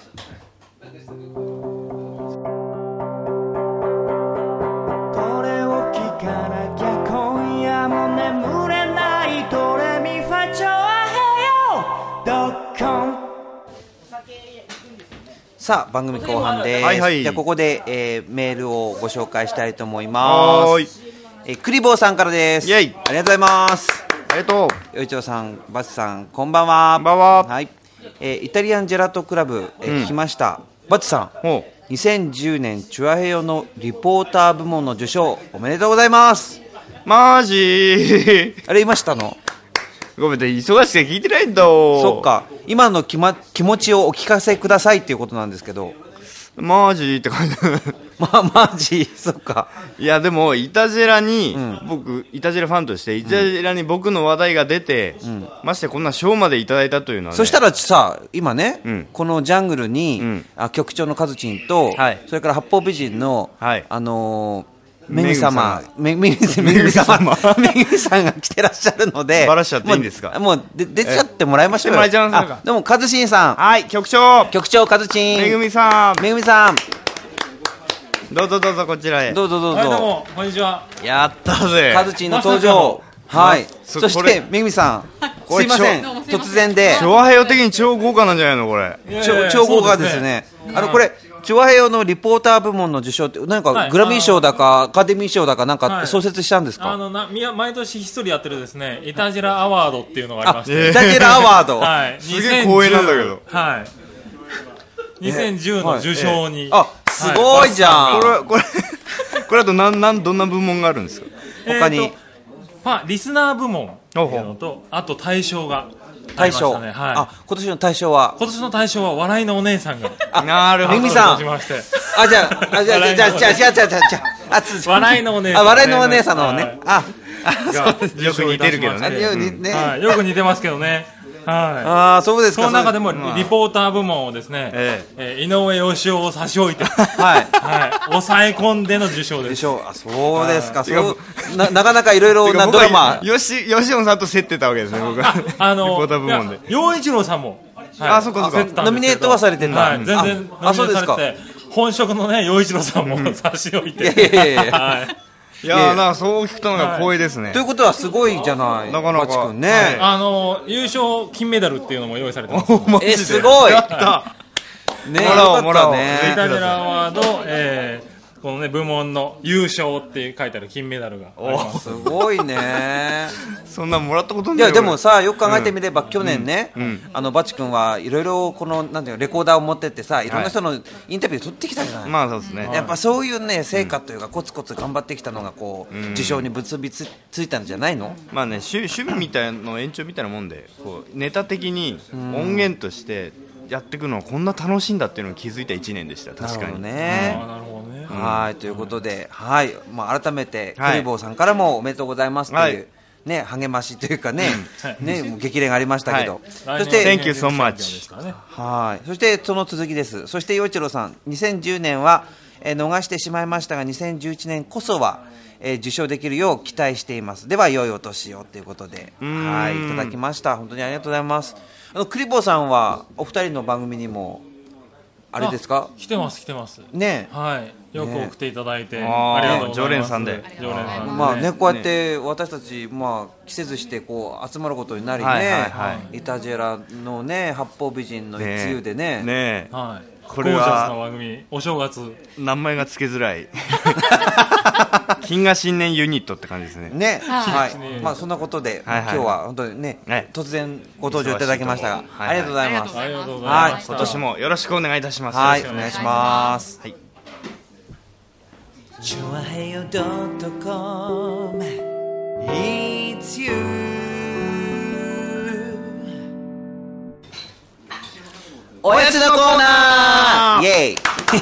[SPEAKER 1] さあ番組後半です。じゃあここで、メールをご紹介したいと思います。クリボーさんからです。ありがとうございます。
[SPEAKER 2] ありがとう。
[SPEAKER 1] よいちょうさん、バツさん、こんばんは。
[SPEAKER 2] こんばんは。
[SPEAKER 1] はい。イタリアンジェラートクラブ、来ました。バツさん、2010年チュアヘヨのリポーター部門の受賞おめでとうございます。
[SPEAKER 2] マジー。
[SPEAKER 1] あれいましたの？
[SPEAKER 2] ごめん、忙しくて聞いてないんだ。
[SPEAKER 1] そっか。今の気持ちをお聞かせくださいっていうことなんですけど。
[SPEAKER 2] マジって感じ。
[SPEAKER 1] マジそっか。
[SPEAKER 2] いやでもイタジェラに、僕イタジェラファンとしてイタジェラに僕の話題が出て、ましてこんな賞までいただいたというのはね。
[SPEAKER 1] そしたらさ今ね、このジャングルに、局長のカズチンと、それから八方美人の、めぐみ様めぐみさんが来てらっしゃるので、
[SPEAKER 2] バラしちゃっていいんですか。
[SPEAKER 1] もう出ちゃってもらいましょうよ。でもカズチンさん、
[SPEAKER 2] はい、局長
[SPEAKER 1] カズチン、
[SPEAKER 2] めぐみさんどうぞこちらへ。
[SPEAKER 1] どうぞ。
[SPEAKER 5] どうもこんにちは。
[SPEAKER 2] やったぜ。
[SPEAKER 1] カズチンの登場。はい。そしてめぐみさん、すいません突然で。
[SPEAKER 2] チョアヘヨ的に超豪華なんじゃないのこれ。
[SPEAKER 1] 超豪華ですね。これチョアヘヨのリポーター部門の受賞って何かグラミー賞だかアカデミー賞だかなんか創設したんですか。
[SPEAKER 8] 毎年一人やってるですね、イタジェラアワードっていうのがありまして。
[SPEAKER 1] イタジェラアワード。
[SPEAKER 8] はい。
[SPEAKER 2] すげえ光栄なんだけど。
[SPEAKER 8] はい。2010の受賞に。
[SPEAKER 1] すごいじゃ
[SPEAKER 2] ん。これだとどんな部門があるんですか。
[SPEAKER 1] 他に
[SPEAKER 8] リスナー部門っていうのと、あと大賞がありましたね。
[SPEAKER 1] 今年の大賞は
[SPEAKER 8] 笑いのお姉さんが。
[SPEAKER 2] なるほど。
[SPEAKER 1] めぐみさん。じゃあ
[SPEAKER 8] 笑いのお姉さん。
[SPEAKER 1] 笑いのお姉さんのね。
[SPEAKER 2] よく似てるけどね。
[SPEAKER 8] よく似てますけどね。
[SPEAKER 1] はい。そうですか。
[SPEAKER 8] その中でもリポーター部門をですね、井上芳雄を差し置いて、抑え込んでの受賞です。
[SPEAKER 1] そうですか。なかなかいろいろなドラマ。
[SPEAKER 2] 吉雄さんと競ってたわけですね。僕はリポーター部門で。
[SPEAKER 8] 陽一郎さんも。
[SPEAKER 2] そうか。
[SPEAKER 1] ノミネートはされてた。
[SPEAKER 8] 全然ノミネートされて、本職のね陽一郎さんも差し置いて。
[SPEAKER 2] いやそう聞くとなんか光栄ですね。
[SPEAKER 1] ということはすごいじゃない。
[SPEAKER 2] なかなか
[SPEAKER 1] ね。
[SPEAKER 8] 優勝金メダルっていうのも用意されてます。
[SPEAKER 1] すごい。
[SPEAKER 2] やった。
[SPEAKER 1] ね、
[SPEAKER 2] もらおうね。
[SPEAKER 8] イタジェラアワード、このね部門の優勝って書いてある金メダルがあります。
[SPEAKER 1] すごいね。
[SPEAKER 2] そんなもらったことない。
[SPEAKER 1] いやでもさ、よく考えてみれば去年ね、バチ君はいろいろこのなんていうレコーダーを持ってってさ、いろんな人のインタビュー取ってきたじゃない。
[SPEAKER 2] まあそうですね。
[SPEAKER 1] やっぱそういうね成果というかコツコツ頑張ってきたのがこう受賞に結びついたんじゃないの。
[SPEAKER 2] まあね、趣味みたいの延長みたいなもんで、こうネタ的に音源としてやっていくのはこんな楽しいんだっていうのを気づいた1年でした。確かに
[SPEAKER 1] ね。はい、ということで、改めてクリボーさんからもおめでとうございますというね、励ましというかね、もう激励がありましたけど、
[SPEAKER 2] そして Thank you so much。
[SPEAKER 1] はい、そしてその続きです。そして陽一郎さん、2010年は逃してしまいましたが、2011年こそは受賞できるよう期待しています。では良いお年をということで、はい、いただきました。本当にありがとうございます。クリボーさんはお二人の番組にもあれですか。
[SPEAKER 8] 来てます
[SPEAKER 1] ね。
[SPEAKER 8] はい、よく送っていただいて、ありがとうございます。
[SPEAKER 2] 常連さんで。
[SPEAKER 1] まあね、こうやって私たち季節してこう集まることになりね、イタジェラのね八方美人の一湯でね。
[SPEAKER 2] これは
[SPEAKER 8] 番組お正月
[SPEAKER 2] 名前が付けづらい。金河新年ユニットって感じですね。
[SPEAKER 1] ね、はい。まあそんなことで今日は本当にね突然ご登場いただきましたが、ありがとうございます。
[SPEAKER 8] はい、
[SPEAKER 2] 今年もよろしくお願いいたします。
[SPEAKER 1] はい、お願いします。はい。It's you。おやつのコーナー。イエイ。ね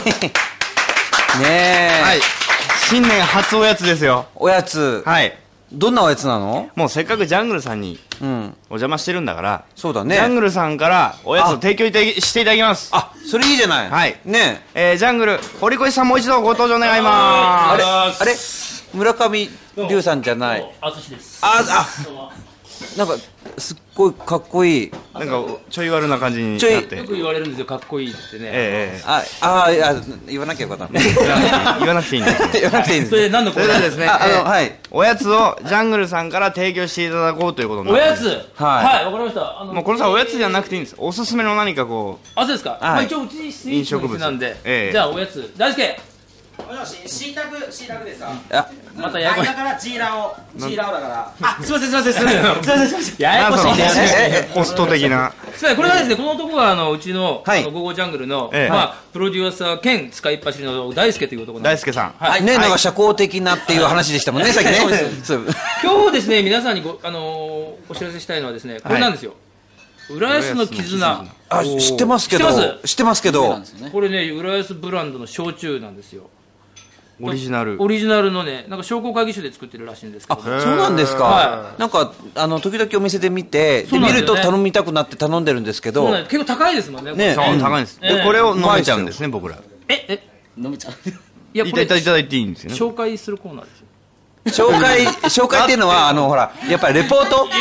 [SPEAKER 1] え。
[SPEAKER 2] はい。新年初おやつですよ。
[SPEAKER 1] おやつ。
[SPEAKER 2] はい。
[SPEAKER 1] どんなおやつなの？
[SPEAKER 2] もうせっかくジャングルさんにお邪魔してるんだから、
[SPEAKER 1] そうだね。
[SPEAKER 2] ジャングルさんからおやつを提供していただきます。
[SPEAKER 1] それいいじゃない。
[SPEAKER 2] はい。
[SPEAKER 1] ね
[SPEAKER 2] ジャングル堀越さんもう一度ご登場願います。
[SPEAKER 1] あれ村上龍さんじゃない。
[SPEAKER 5] あつしです。
[SPEAKER 1] なんかすっごいかっこいい。
[SPEAKER 2] なんかちょい悪な感じになって。
[SPEAKER 5] よく言われるんですよ、かっこいいってね。
[SPEAKER 1] 言わなきゃよかった。
[SPEAKER 2] 言わなくていいんです。
[SPEAKER 1] 言わなくていいんです。
[SPEAKER 5] それ何のコーナー
[SPEAKER 2] ですね。おやつをジャングルさんから提供していただこうということになって。
[SPEAKER 5] おやつ。はい、わかりました。
[SPEAKER 2] もうこの際おやつじゃなくていいんです。おすすめの何かこう。
[SPEAKER 5] そうですか。まあ一応うちスイーツの店なんで、じゃあおやつ大輔。
[SPEAKER 9] もしもし、シータクですか。
[SPEAKER 5] またややこしい。
[SPEAKER 9] だからジーラオだから。すいません。
[SPEAKER 5] ややこしいんです
[SPEAKER 2] ね。ホスト的な。
[SPEAKER 5] これはですね、この男はうちのゴーゴージャングルのプロデューサー兼使いっ走りの大輔という男なんです。
[SPEAKER 2] 大輔さん。
[SPEAKER 1] はいね、なんか社交的なっていう話でしたもんね、さっきね。
[SPEAKER 5] 今日ですね、皆さんにお知らせしたいのはですね、これなんですよ。浦安の絆。
[SPEAKER 1] 知ってますけど。これね、
[SPEAKER 5] 浦安ブランドの焼酎なんですよ。
[SPEAKER 2] オリジナル
[SPEAKER 5] のね、なんか商工会議所で作ってるらしいんですけど。
[SPEAKER 1] そうなんですか。なんか時々お店で見て、見ると頼みたくなって頼んでるんですけど、
[SPEAKER 5] 結構高いですもんね。
[SPEAKER 2] そう高いです。でこれを飲めちゃうんですね、僕ら。
[SPEAKER 9] 飲めちゃう。
[SPEAKER 2] いただいていいんですよね。
[SPEAKER 5] 紹介するコーナーですよ。
[SPEAKER 1] 紹介っていうのはほらやっぱりレポート。
[SPEAKER 5] お前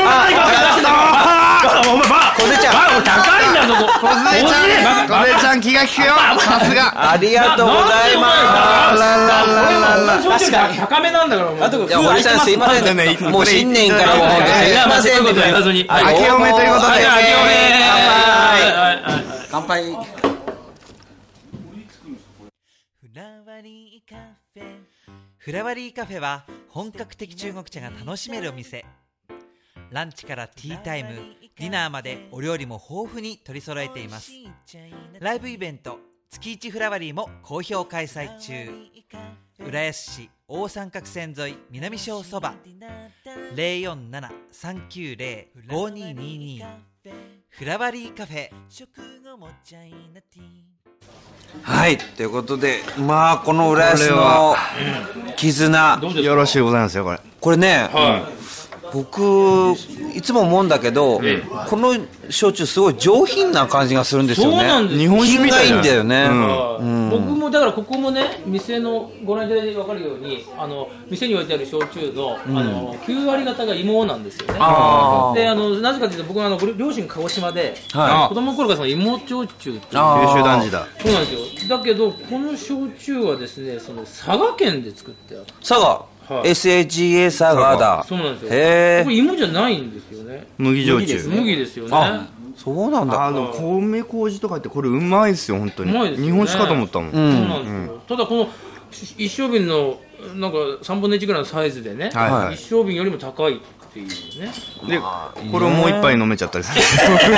[SPEAKER 5] 小瀬ちゃん高いんだぞ。小
[SPEAKER 2] 瀬ちゃん気が利くよ。さすが。
[SPEAKER 1] ありがとうございます。
[SPEAKER 5] 確かに高めなんだから。
[SPEAKER 1] あと堀さんすいませんね。もう新年からもうすいません。
[SPEAKER 2] 明けおめということで。
[SPEAKER 1] 乾杯。
[SPEAKER 3] フラワリーカフェは本格的中国茶が楽しめるお店。ランチからティータイム、ディナーまでお料理も豊富に取り揃えています。ライブイベント月一フラワリーも好評開催中。浦安市大三角線沿い南小そば 047-390-5222 フラワリーカフェ。
[SPEAKER 1] はい、ということで、まあこの浦安の絆、
[SPEAKER 2] よろしゅうございますよ。
[SPEAKER 1] これね、僕いつも思うんだけど、この焼酎すごい上品な感じがするんですよね。
[SPEAKER 5] そうなんです。
[SPEAKER 1] 日本酒みたいんだよね。
[SPEAKER 5] 僕もだからここもね、店のご覧いただいて分かるように、店に置いてある焼酎の9割方が芋なんですよね。でなぜかというと、僕は両親鹿児島で、子供の頃からその芋焼酎って九州
[SPEAKER 2] 男児だ。
[SPEAKER 5] そうなんですよ。だけどこの焼酎はですね、その佐賀県で作ってある。
[SPEAKER 1] 佐賀。SAGA 佐賀だ。
[SPEAKER 5] そうなんですよ。これ芋じゃないんですよね。
[SPEAKER 2] 麦焼酎。
[SPEAKER 5] 麦ですよね。
[SPEAKER 1] そうなんだ。
[SPEAKER 2] 米麹とかってこれうまいですよ、本当に。日本酒かと思ったもん。
[SPEAKER 5] そうなんですよ。ただこの一升瓶のなんか3分の1ぐらいのサイズでね、一升瓶よりも高いっていうね。
[SPEAKER 2] でこれをもう一杯飲めちゃったりする。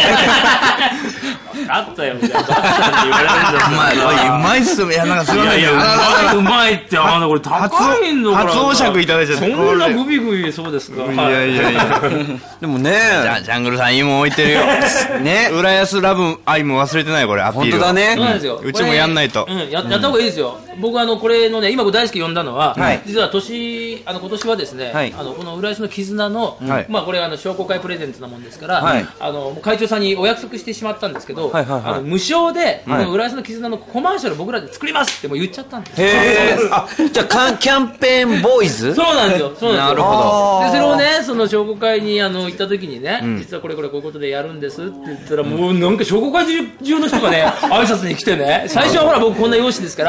[SPEAKER 5] あったよみたいな。言われるんだ
[SPEAKER 2] よ。うまいっすよ。いやなんかすごい。
[SPEAKER 5] うまいってこれ高いのから。
[SPEAKER 2] 初お酌いただいちゃって。
[SPEAKER 5] そんなグビグビそうですか。
[SPEAKER 2] いやいやいや。
[SPEAKER 1] でもね。
[SPEAKER 2] ジャングルさんいいもん置いてるよ。ね。浦安ラブ愛も忘れてないこれアピール。
[SPEAKER 1] 本当だね。
[SPEAKER 5] そうなんですよ。
[SPEAKER 2] うちもやんないと。
[SPEAKER 5] やった方がいいですよ。僕これのね、今大好き呼んだのは、実は今年はですね、この浦安の絆の、まあこれ商工会プレゼンツなもんですから、会長さんにお約束してしまったんですけど、無償でこの浦安の絆のコマーシャル僕らで作りますってもう言っちゃったんです。
[SPEAKER 1] じゃあキャンペーンボーイズ？
[SPEAKER 5] そうなんですよ。そうなんですよ。
[SPEAKER 2] なるほど。
[SPEAKER 5] でそれをね、その商工会に行った時にね、実はこういうことでやるんですって言ったら、もうなんか商工会中の人がね挨拶に来てね、最初はほら僕こんな容姿ですから、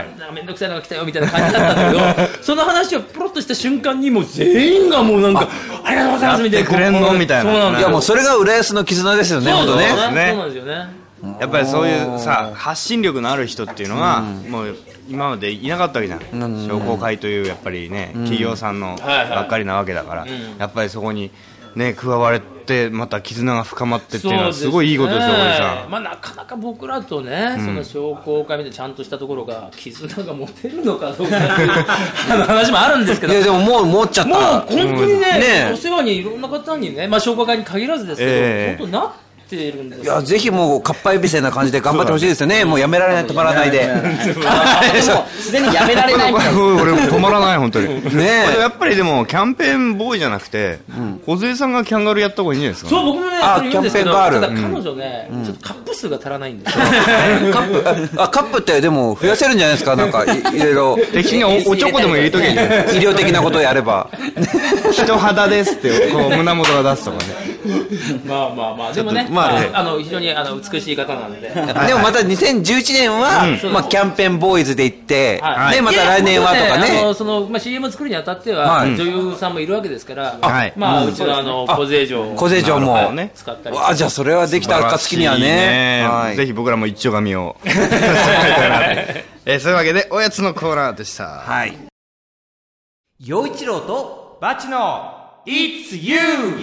[SPEAKER 5] めんどくさいのが来たよみたいな感じだったんだけど、その話をプロッとした瞬間にもう全員がもうなんかありがとうございますみたいな。
[SPEAKER 2] くれんのみたいな。
[SPEAKER 1] いやもうそれが浦安の絆ですよね。
[SPEAKER 5] そうなんですよね。
[SPEAKER 2] やっぱりそういうさ、発信力のある人っていうのはもう今までいなかったわけじゃん。商工会というやっぱりね、企業さんのばっかりなわけだから、やっぱりそこにね加われてまた絆が深まってっていうのはすごいいいことですよ、俺さ。
[SPEAKER 5] まあなかなか僕らとね、その商工会でちゃんとしたところが絆が持てるのかどうかっていう話もあるんですけど。
[SPEAKER 1] いやでももう持っちゃった。
[SPEAKER 5] もう本当にね、お世話にいろんな方にね、まあ商工会に限らずですけど、本当なっているんです。
[SPEAKER 1] いやぜひもうかっぱえびせな感じで頑張ってほしいですよね。もうやめられない、止まらないで。
[SPEAKER 9] すでにやめられない。
[SPEAKER 2] 俺止まらない本当に。ねやっぱりでもキャンペーンボーイじゃなくて、小杉さんがキャンガルーやった方がいいんじゃないですか。
[SPEAKER 5] そう僕もね、それ言うんですけど、ただ彼女ね、ちょっとカップ数が足らないんですよ。
[SPEAKER 1] カップってでも増やせるんじゃないですか。なんかいろいろ
[SPEAKER 2] 適当におちょこでも入れとけ。医
[SPEAKER 1] 療的なことをやれば。
[SPEAKER 2] 人肌ですってこう胸元が出すとかね。
[SPEAKER 5] まあでもね。非常に美しい方なので。
[SPEAKER 1] でもまた2011年はキャンペーンボーイズで行って、ねまた来年はとかね。
[SPEAKER 5] そのCM を作るにあたっては女優さんもいるわけですから、まあうちの小勢城
[SPEAKER 1] も
[SPEAKER 5] 使ったり。
[SPEAKER 1] じゃあそれはできた暁にはね。
[SPEAKER 2] ぜひ僕らも一丁紙を。そういうわけでおやつのコーナーでした。
[SPEAKER 1] はい。
[SPEAKER 3] 陽一郎と
[SPEAKER 9] バチの It's You。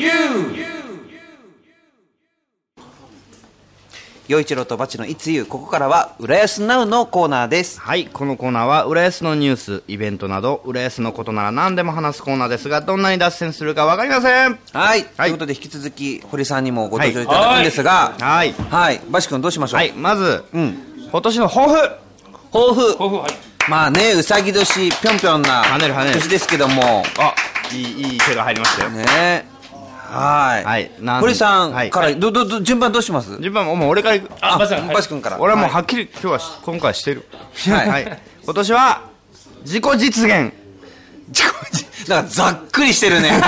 [SPEAKER 1] 陽一郎とバチのいつゆ。ここからは浦安ナウのコーナーです。
[SPEAKER 2] はい、このコーナーは浦安のニュースイベントなど浦安のことなら何でも話すコーナーですが、どんなに脱線するか分かりません。
[SPEAKER 1] はい、ということで引き続き堀さんにもご登場いただくんですが、
[SPEAKER 2] はい
[SPEAKER 1] バチ君どうしましょう。
[SPEAKER 2] はい、まず、今年の抱負。
[SPEAKER 1] はい。 まあね、うさぎ年、ぴょんぴょんな年ですけども。
[SPEAKER 2] あ、いい手が入りましたよ。
[SPEAKER 1] ね。はい。堀さんから、順番どうします？
[SPEAKER 2] 順番もう俺からいく。
[SPEAKER 1] バシ君から。
[SPEAKER 2] 俺はもうはっきり今回してる。はい。今年は、自己実現。
[SPEAKER 1] なんかざっくりしてるね。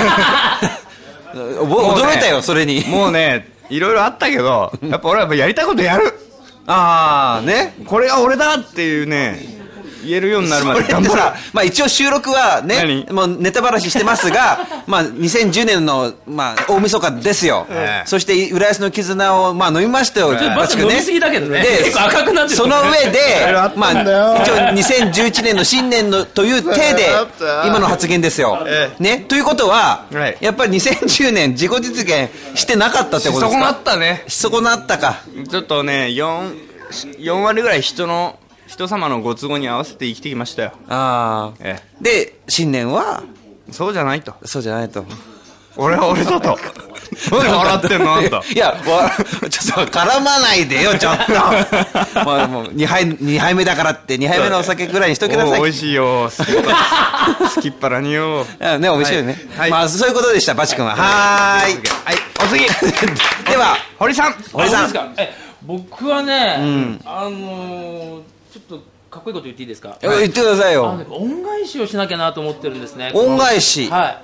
[SPEAKER 1] 驚いたよ、それに。
[SPEAKER 2] もうね、いろいろあったけど、やっぱ俺はやりたいことやる。
[SPEAKER 1] ね。
[SPEAKER 2] これが俺だっていうね、言えるようになるまで頑張る。
[SPEAKER 1] まあ一応収録はね、もうネタばらししてますが、まあ2010年のまあ大晦日ですよ。そして浦安の絆をまあ飲みましたよ。
[SPEAKER 5] バチ飲みすぎだけどね。結構赤くなってる。
[SPEAKER 1] その上で、まあ一応2011年の新年のという体で今の発言ですよ。ね。ということは、やっぱり2010年自己実現してなかったってことですか？
[SPEAKER 2] し損なったね。
[SPEAKER 1] し損なったか。
[SPEAKER 2] ちょっとね、4割ぐらい人様のご都合に合わせて生きてきましたよ。
[SPEAKER 1] で、新年は
[SPEAKER 2] そうじゃないと。俺は俺だと。何笑ってんのあんた。
[SPEAKER 1] いや、ちょっと絡まないでよ、ちょっと。まあもう2杯目だからって、2杯目のお酒ぐらいにしときなさい。
[SPEAKER 2] 美味しいよ。好きっ腹によ。
[SPEAKER 1] ね、美味しいよね。まあそういうことでした、バチ君は。はい。
[SPEAKER 2] お次。では、堀さん。
[SPEAKER 5] 僕はね、ちょっとかっこいいこと言っていいですか？
[SPEAKER 1] 言ってくださいよ。
[SPEAKER 5] 恩返しをしなきゃなと思ってるんですね。
[SPEAKER 1] 恩返し。
[SPEAKER 5] はい。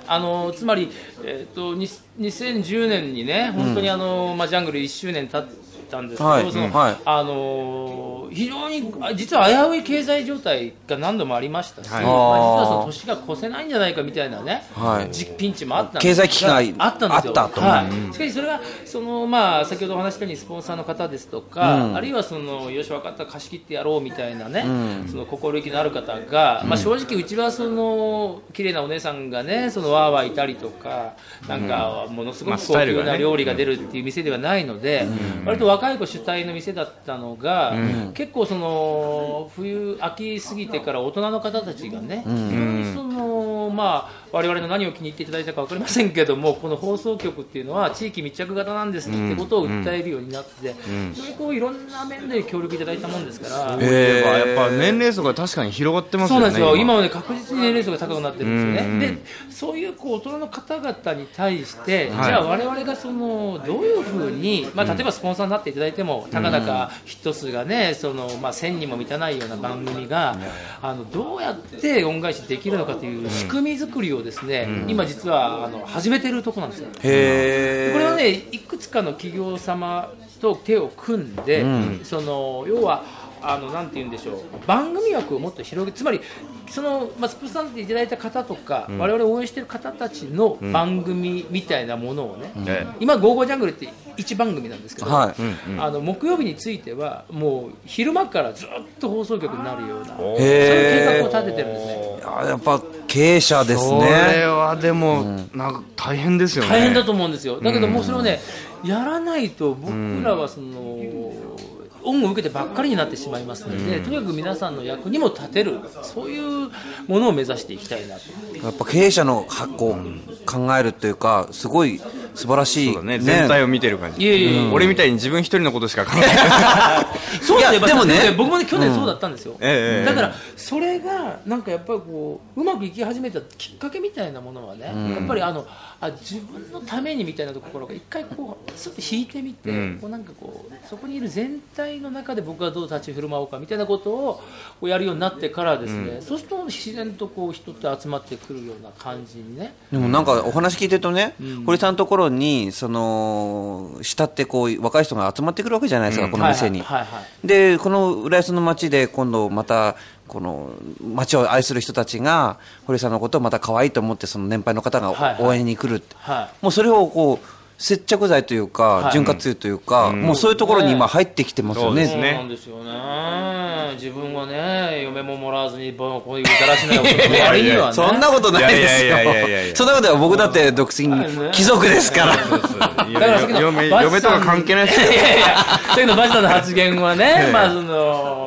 [SPEAKER 5] つまり2010年にね、本当にジャングル1周年経ったんですけど、非常に実は危うい経済状態が何度もありましたし、実はその年が越せないんじゃないかみたいなね、ピンチもあったんです。
[SPEAKER 1] 経済危機が
[SPEAKER 5] あったんですよ。しかしそれが先ほどお話したようにスポンサーの方ですとか、あるいはよし分かった貸し切ってやろうみたいなね、心意気のある方が、正直うちは綺麗なお姉さんがね、ワーワーいたりとか、なんかものすごく高級な料理が出るっていう店ではないので、割と若い子主体の店だったのが、結構秋過ぎてから大人の方たちがね、非常に我々の何を気に入っていただいたか分かりませんけども、この放送局っていうのは地域密着型なんですってことを訴えるようになって、いろんな面で協力いただいたもんですから、
[SPEAKER 2] やっぱ年齢層が確かに広がってますよね。
[SPEAKER 5] そうなんですよ。今はね、確実に年齢層が高くなってるんですよね。で、そういう大人の方々に対して、じゃあ我々がどういうふうに、例えばスポンサーになっていただいても、たかだかヒット数がね、1000にも満たないような番組がどうやって恩返しできるのかという仕組み作りをですね、今実は始めてるところなんですよ。これはね、いくつかの企業様と手を組んで、要はなんて言うんでしょう、番組枠をもっと広げ、つまりスポンサーでいただいた方とか、我々応援している方たちの番組みたいなものをね、今ゴーゴージャングルって1番組なんですけど、木曜日についてはもう昼間からずっと放送局になるような、そういう計画を立ててるんですね。
[SPEAKER 1] やっぱ経営者ですね。
[SPEAKER 2] それはでも、なんか大変ですよね。
[SPEAKER 5] 大変だと思うんですよ。だけどもうそれをね、やらないと僕らは恩を受けてばっかりになってしまいますので、とにかく皆さんの役にも立てる、そういうものを目指していきたいなと。
[SPEAKER 1] やっぱ経営者の考えるというか、すごい素晴らしい。
[SPEAKER 2] そうだね、全体を見てる感じ。俺みたいに自分一人のことしか考えない。
[SPEAKER 5] そうですね。でもね、僕もね去年そうだったんですよ。だからそれがなんかやっぱりうまくいき始めたきっかけみたいなものはね、やっぱり自分のためにみたいなところが一回ちょっと引いてみて、なんかそこにいる全体の中で僕はどう立ち振る舞おうかみたいなことをやるようになってからですね、そうすると自然と人って集まってくるような感じにね。
[SPEAKER 1] でもなんかお話聞いてるとね、堀さんのところに下って若い人が集まってくるわけじゃないですか、この店に。でこの浦安の街で今度またこの街を愛する人たちが堀さんのことをまた可愛いと思って、その年配の方が応援に来るって、もうそれを接着剤というか、潤滑油というか、もうそういうところに今入ってきてますよね。
[SPEAKER 5] そうなんですよね。自分はね、嫁ももらわずにこういうだらしないことの割にはね。
[SPEAKER 1] そんなことないですよ。そんなことは僕だって独身貴族ですから。だ
[SPEAKER 2] から嫁とか関係ないですよ。
[SPEAKER 5] いやいや、そういうのバチさんの発言はね、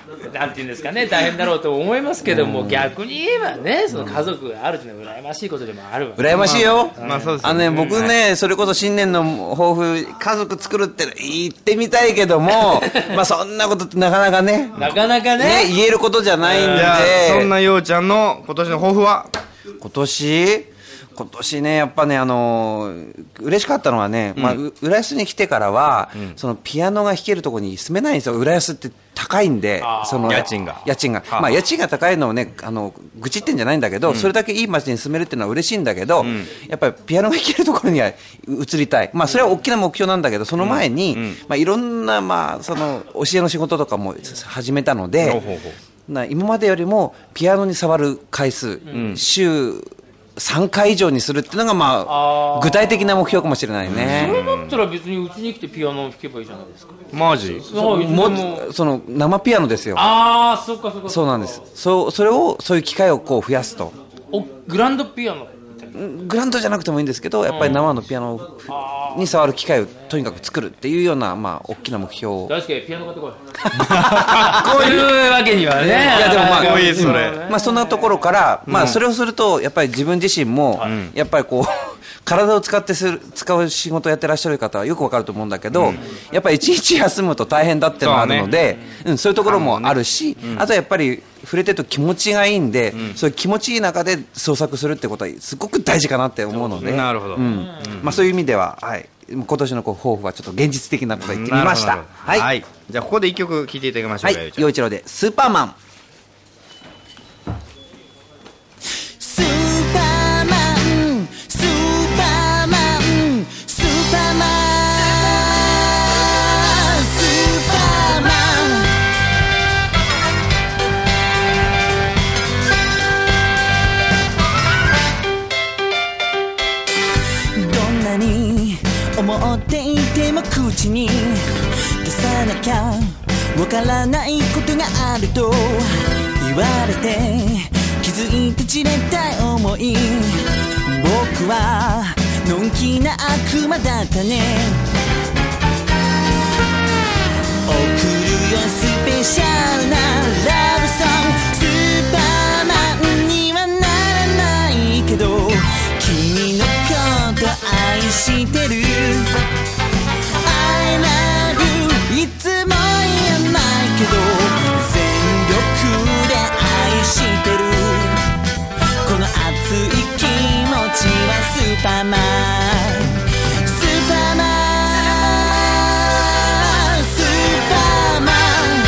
[SPEAKER 5] なんていうんですかね、大変だろうと思いますけども、逆に言えばね、その家族があるというのは羨ましいことでもあるわけ。
[SPEAKER 1] 羨ましいよ。
[SPEAKER 2] まあそうですね。
[SPEAKER 1] 僕ね、それこそ新年の抱負、家族作るって言ってみたいけども、まあそんなことってなかなかね、
[SPEAKER 5] なかなかね、
[SPEAKER 1] 言えることじゃないんで。
[SPEAKER 2] そんなようちゃんの今年の抱負は？
[SPEAKER 1] 今年ね、やっぱね、嬉しかったのはね、まあ、浦安に来てからは、そのピアノが弾けるところに住めないんですよ。浦安って高いんで、その
[SPEAKER 2] 家賃が。
[SPEAKER 1] まあ、家賃が高いのをね、愚痴ってんじゃないんだけど、それだけいい街に住めるっていうのは嬉しいんだけど、やっぱりピアノが弾けるところには移りたい。まあ、それは大きな目標なんだけど、その前に、まあ、いろんな、まあ、その、教えの仕事とかも始めたので、今までよりもピアノに触る回数、週3回以上にするっていうのが、まあ、具体的な目標かもしれないね。
[SPEAKER 5] それだったら別にうちに来てピアノを弾けばいいじゃないですか。
[SPEAKER 2] マジ？
[SPEAKER 1] その生ピアノですよ。
[SPEAKER 5] ああ、そっかそっか。
[SPEAKER 1] そうなんです。それを、そういう機会をこう増やすと。
[SPEAKER 5] グランドピアノ。
[SPEAKER 1] グランドじゃなくてもいいんですけど、やっぱり生のピアノに触る機会をとにかく作るっていうような、まあ、大きな目標を。
[SPEAKER 5] 大輔、ピアノ買ってこい。こういうわけにはね。い
[SPEAKER 1] や、でもまあ、
[SPEAKER 2] いいそれ。
[SPEAKER 1] まあ、そんなところから、まあ、それをすると、やっぱり自分自身も、やっぱりこう、体を使う仕事をやってらっしゃる方はよくわかると思うんだけど、やっぱり一日休むと大変だっていうのがあるので、そういうところもあるし、あとやっぱり触れてると気持ちがいいんで、そういう気持ちいい中で創作するってことはすごく大事かなって思うので、
[SPEAKER 2] なるほど。
[SPEAKER 1] まあそういう意味では、はい。今年の抱負はちょっと現実的なことを言ってみました。
[SPEAKER 2] はい。じゃあここで一曲聴いていただきましょうか。
[SPEAKER 1] 陽一郎でスーパーマン。
[SPEAKER 4] 思っていても口に出さなきゃわからないことがあると言われて気づいて散れた思い、僕はのんきな悪魔だったね。送るよスペシャルなラブソング、スーパーマンにはならないけど君のこと愛してる。 I love you いつも言えないけど全力で愛してる。この熱い気持ちはスーパーマン、スーパーマン、スーパーマン。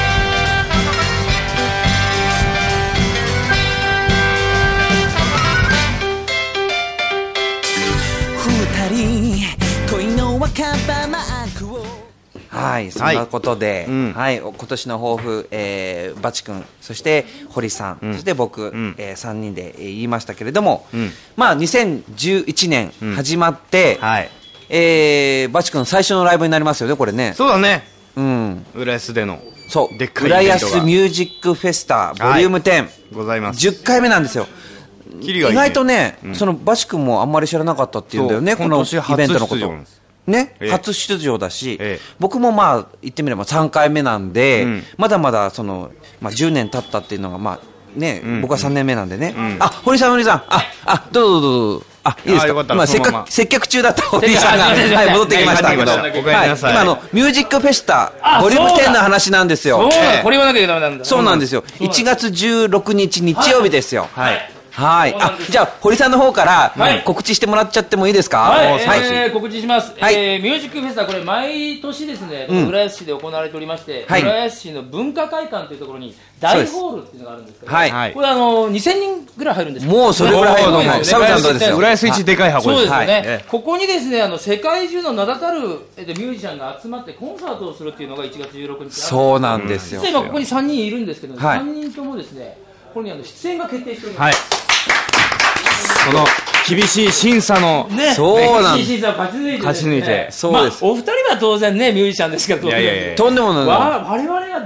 [SPEAKER 4] 二人恋の若葉マークを。
[SPEAKER 1] はい、そんなことで、はい、今年の抱負、バチ君、そして堀さん、そして僕、3人で言いましたけれども、まあ2011年始まって、バチ君最初のライブになりますよね、これね。
[SPEAKER 2] そうだね。浦安での。
[SPEAKER 1] そう、浦安ミュージックフェスタボリューム10、
[SPEAKER 2] ございます。
[SPEAKER 1] 10回目なんですよ。意外とね、そのバチ君もあんまり知らなかったっていうんだよね、このイベントのこと。ね、初出場だし、僕もまあ言ってみれば3回目なんで、まだまだその、まあ、10年経ったっていうのが、まあね、僕は3年目なんでね、あ、堀さん、どうぞどうぞ、あ、いいですか、今接客中だった堀さんが、はい、戻ってきましたけど、今ミュージックフェスタボリューム10の話なんですよ。
[SPEAKER 5] これ言わなきゃダメなんだ。
[SPEAKER 1] そうなんですよ。1月16日日曜日ですよ。はい。あ、じゃあ、堀さんの方から、告知してもらっちゃってもいいですか？
[SPEAKER 5] はい、告知します。ミュージックフェスタ、これ、毎年ですね、浦安市で行われておりまして、浦安市の文化会館というところに、大ホールっていうのがあるんですけど、これ、2000人ぐらい入るんです。
[SPEAKER 1] もうそれぐらい入るの。サウザンドですよ。
[SPEAKER 2] 浦安一でかい箱です。
[SPEAKER 5] そうですよね。ここにですね、世界中の名だたるミュージシャンが集まってコンサートをするっていうのが1月16日。
[SPEAKER 1] そうなんですよ。
[SPEAKER 5] 実は今ここに3人いるんですけど、3人ともですね、これに出演が決定しております。
[SPEAKER 2] この厳しい審査の、
[SPEAKER 1] そうなんです。
[SPEAKER 5] 厳しい審査を勝ち抜いて、
[SPEAKER 1] そうです。
[SPEAKER 5] お二人は当然ね、ミュージシャンですけど、
[SPEAKER 1] とんでもない。
[SPEAKER 5] 我々が出るのいか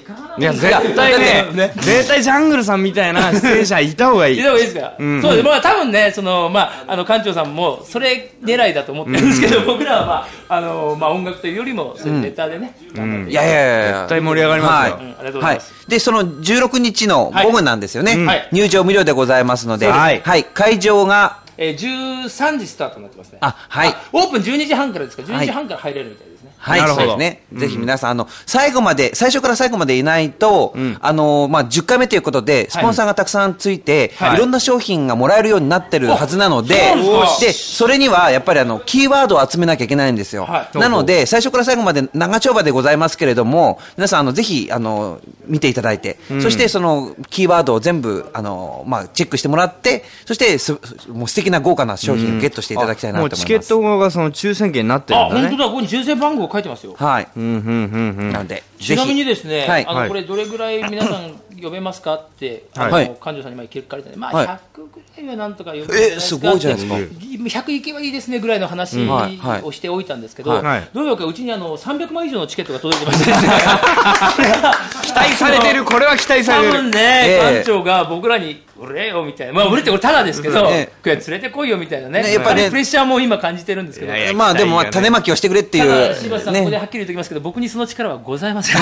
[SPEAKER 2] いや、絶対ね、絶対ジャングルさんみたいな出演者いた方がいい。
[SPEAKER 5] いた方がいいですか。そうです。まあ多分ね、館長さんもそれ狙いだと思ってるんですけど、僕らは音楽というよりも、そういうネタでね。
[SPEAKER 1] いやいやいや、
[SPEAKER 2] 絶対盛り上がりますよ。
[SPEAKER 5] ありがとうございます。
[SPEAKER 1] で、その16日の午後なんですよね。入場無料でございますので、はい。会場が、
[SPEAKER 5] 13時スタートになってますね。
[SPEAKER 1] はい。
[SPEAKER 5] オープン12時半からですから、12時半から入れるみたいですね。
[SPEAKER 1] はい、そうですね。ぜひ皆さん、最初から最後までいないと、10回目ということで、スポンサーがたくさんついて、いろんな商品がもらえるようになってるはずなので、で、それには、やっぱりキーワードを集めなきゃいけないんですよ。なので、最初から最後まで長丁場でございますけれども、皆さん、ぜひ、見ていただいて、そして、その、キーワードを全部、チェックしてもらって、そして、もう素敵な豪華な商品をゲットしていただきたいなと思います。
[SPEAKER 2] もうチケットがその抽選券になってるんだね。
[SPEAKER 5] 本当だ、ここに抽選番号書いてますよ。
[SPEAKER 1] はい。なので、
[SPEAKER 5] ちなみにですね、これどれぐらい皆さん呼べますかって、館長さんに前聞かれてね、100ぐらいはなんとか呼べるんじゃないですか。
[SPEAKER 1] すごいじゃないですか。
[SPEAKER 5] 100いけばいいですねぐらいの話をしておいたんですけど、どういうわけかうちに300枚以上のチケットが届いてましてですね。
[SPEAKER 2] 期待されてる、これは期待される。
[SPEAKER 5] 多分ね、館長が僕らに、売れよみたいな。売れってこれただですけど、連れてこいよみたいなね。やっぱりプレッシャーも今感じてるんですけど。
[SPEAKER 1] でも種まきをしてくれっていう。
[SPEAKER 5] 柴田さん、ここではっきり言っておきますけど、僕にその力はございません。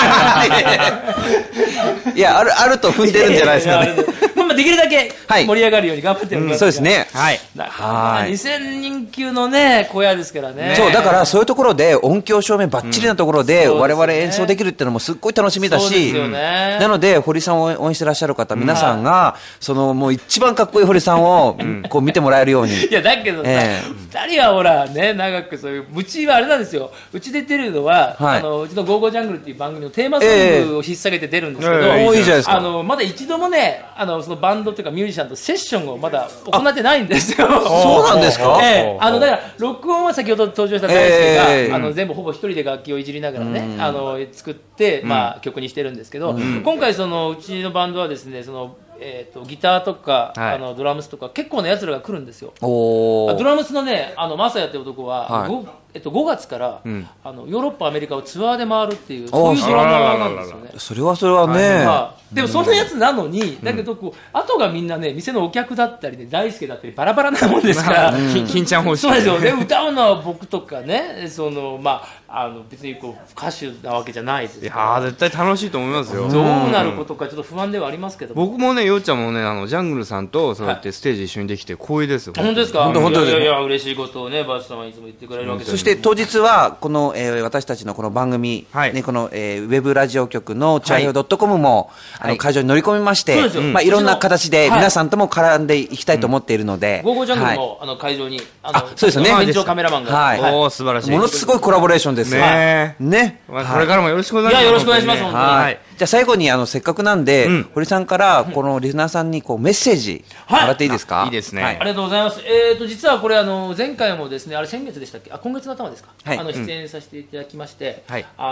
[SPEAKER 1] いや、あると踏んでるんじゃないですかね。
[SPEAKER 5] できるだけ盛り上がるように頑張っております。
[SPEAKER 1] そうですね。
[SPEAKER 5] はい。2000人級のね、小屋ですからね。
[SPEAKER 1] そう、だからそういうところで音響照明バッチリなところで我々演奏できるっていうのもすっごい楽しみだし、なので堀さんを応援してらっしゃる方、皆さんが、もう一番かっこいい堀さんをこう見てもらえるように。
[SPEAKER 5] いや、だけどさ、2人はほらね、長くそういう、うちはあれなんですよ。うちで出るのは、うちのゴーゴージャングルっていう番組のテーマソングを引っ提げて出るんですけど、
[SPEAKER 1] いいじゃないですか。
[SPEAKER 5] まだ一度もね、そのバンドというかミュージシャンとセッションをまだ行ってないんですよ。
[SPEAKER 1] そうなんですか？
[SPEAKER 5] だから録音は先ほど登場した大輔が全部ほぼ一人で楽器をいじりながらね、作って曲にしてるんですけど、今回そのうちのバンドはですね、ギターとか、ドラムスとか結構な奴らが来るんですよ。ドラムスのね、マサヤって男は、5月から、ヨーロッパ、アメリカをツアーで回るっていう、そういうドラマーなんですよね。
[SPEAKER 1] それはね。
[SPEAKER 5] でもそのやつなのに、だけど後がみんなね、店のお客だったりね、大輔だったりバラバラなもんですから、
[SPEAKER 2] 金ちゃん欲しい。
[SPEAKER 5] そうですよね。歌うのは僕とかね、別に歌手なわけじゃないですから。
[SPEAKER 2] いや絶対楽しいと思いますよ。
[SPEAKER 5] どうなることかちょっと不安ではありますけど。
[SPEAKER 2] 僕もね、ようちゃんもね、ジャングルさんとそうやってステージ一緒にできて光栄ですよ。
[SPEAKER 5] 本当ですか？
[SPEAKER 1] 本当です。
[SPEAKER 5] いや嬉しいことをね、バースさんはいつも言ってくれるわけです。
[SPEAKER 1] そして当日はこの私たちのこの番組ね、このウェブラジオ局のチャイオ.comも会場に乗り込みまして、いろんな形で皆さんとも絡んでいきたいと思っているので、
[SPEAKER 5] ゴーゴージャングルも会場に
[SPEAKER 1] そうですね。
[SPEAKER 5] 現状カメラマンが、
[SPEAKER 2] お素晴らしい。
[SPEAKER 1] ものすごいコラボレーションですね。
[SPEAKER 2] これからもよろしくお願いします。
[SPEAKER 5] いや、よろしくお願いします。本当に。
[SPEAKER 1] じゃあ最後にせっかくなんで堀さんからこのリスナーさんにこうメッセージもらっていいですか？
[SPEAKER 2] いいですね。
[SPEAKER 5] ありがとうございます。実はこれ前回もですね、あれ先月でしたっけ？今月の頭ですか？出演させていただきまして、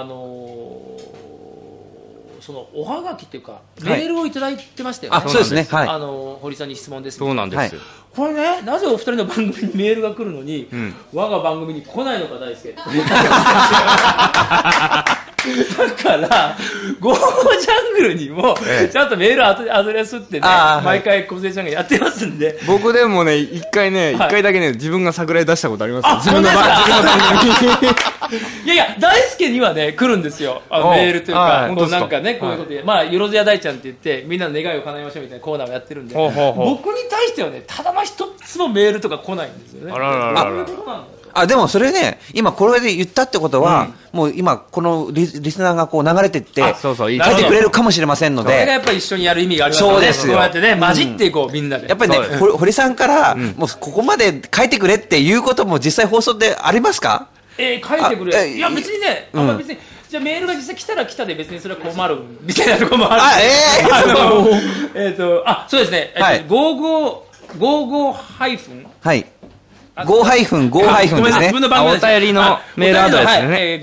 [SPEAKER 5] そのおはがきというかメールをいただいてましたよね。
[SPEAKER 1] そうですね。
[SPEAKER 5] 堀さんに質問です。
[SPEAKER 2] そうなんですよ。
[SPEAKER 5] これね、なぜお二人の番組にメールが来るのに、我が番組に来ないのか大輔。だからゴーゴージャングルにもちゃんとメールアドレスってね、毎回小杉ちゃんがやってますんで。
[SPEAKER 2] 僕でもね、一回だけね、自分が桜井出したことあります。自分の番組。
[SPEAKER 5] いや大輔にはね来るんですよ。メールというか、なんかね、こういうことで、よろずや大ちゃんって言ってみんなの願いを叶えましょうみたいなコーナーをやってるんで、僕に対してはね、ただの一つのメールとか来ないんですよね。
[SPEAKER 1] でもそれね、今これで言ったってことは、もう今このリスナーがこう流れていって書いてくれるかもしれませんので、
[SPEAKER 5] それがやっぱり一緒にやる意味がありますよね。そうですよ。こうやってね、混じっていこう、みんなで。
[SPEAKER 1] やっぱりね、堀さんからもうここまで書いてくれっていうことも実際放送でありますか？
[SPEAKER 5] 書いてくれ。いや別にね、別に。じゃあメールが実際来たら来たで別にそれは困るみたいなところもある。そうですね。55ハイフン。
[SPEAKER 1] はい。5ハイフンですね。
[SPEAKER 5] 自分の番組
[SPEAKER 2] お便りのメールアドレスですね。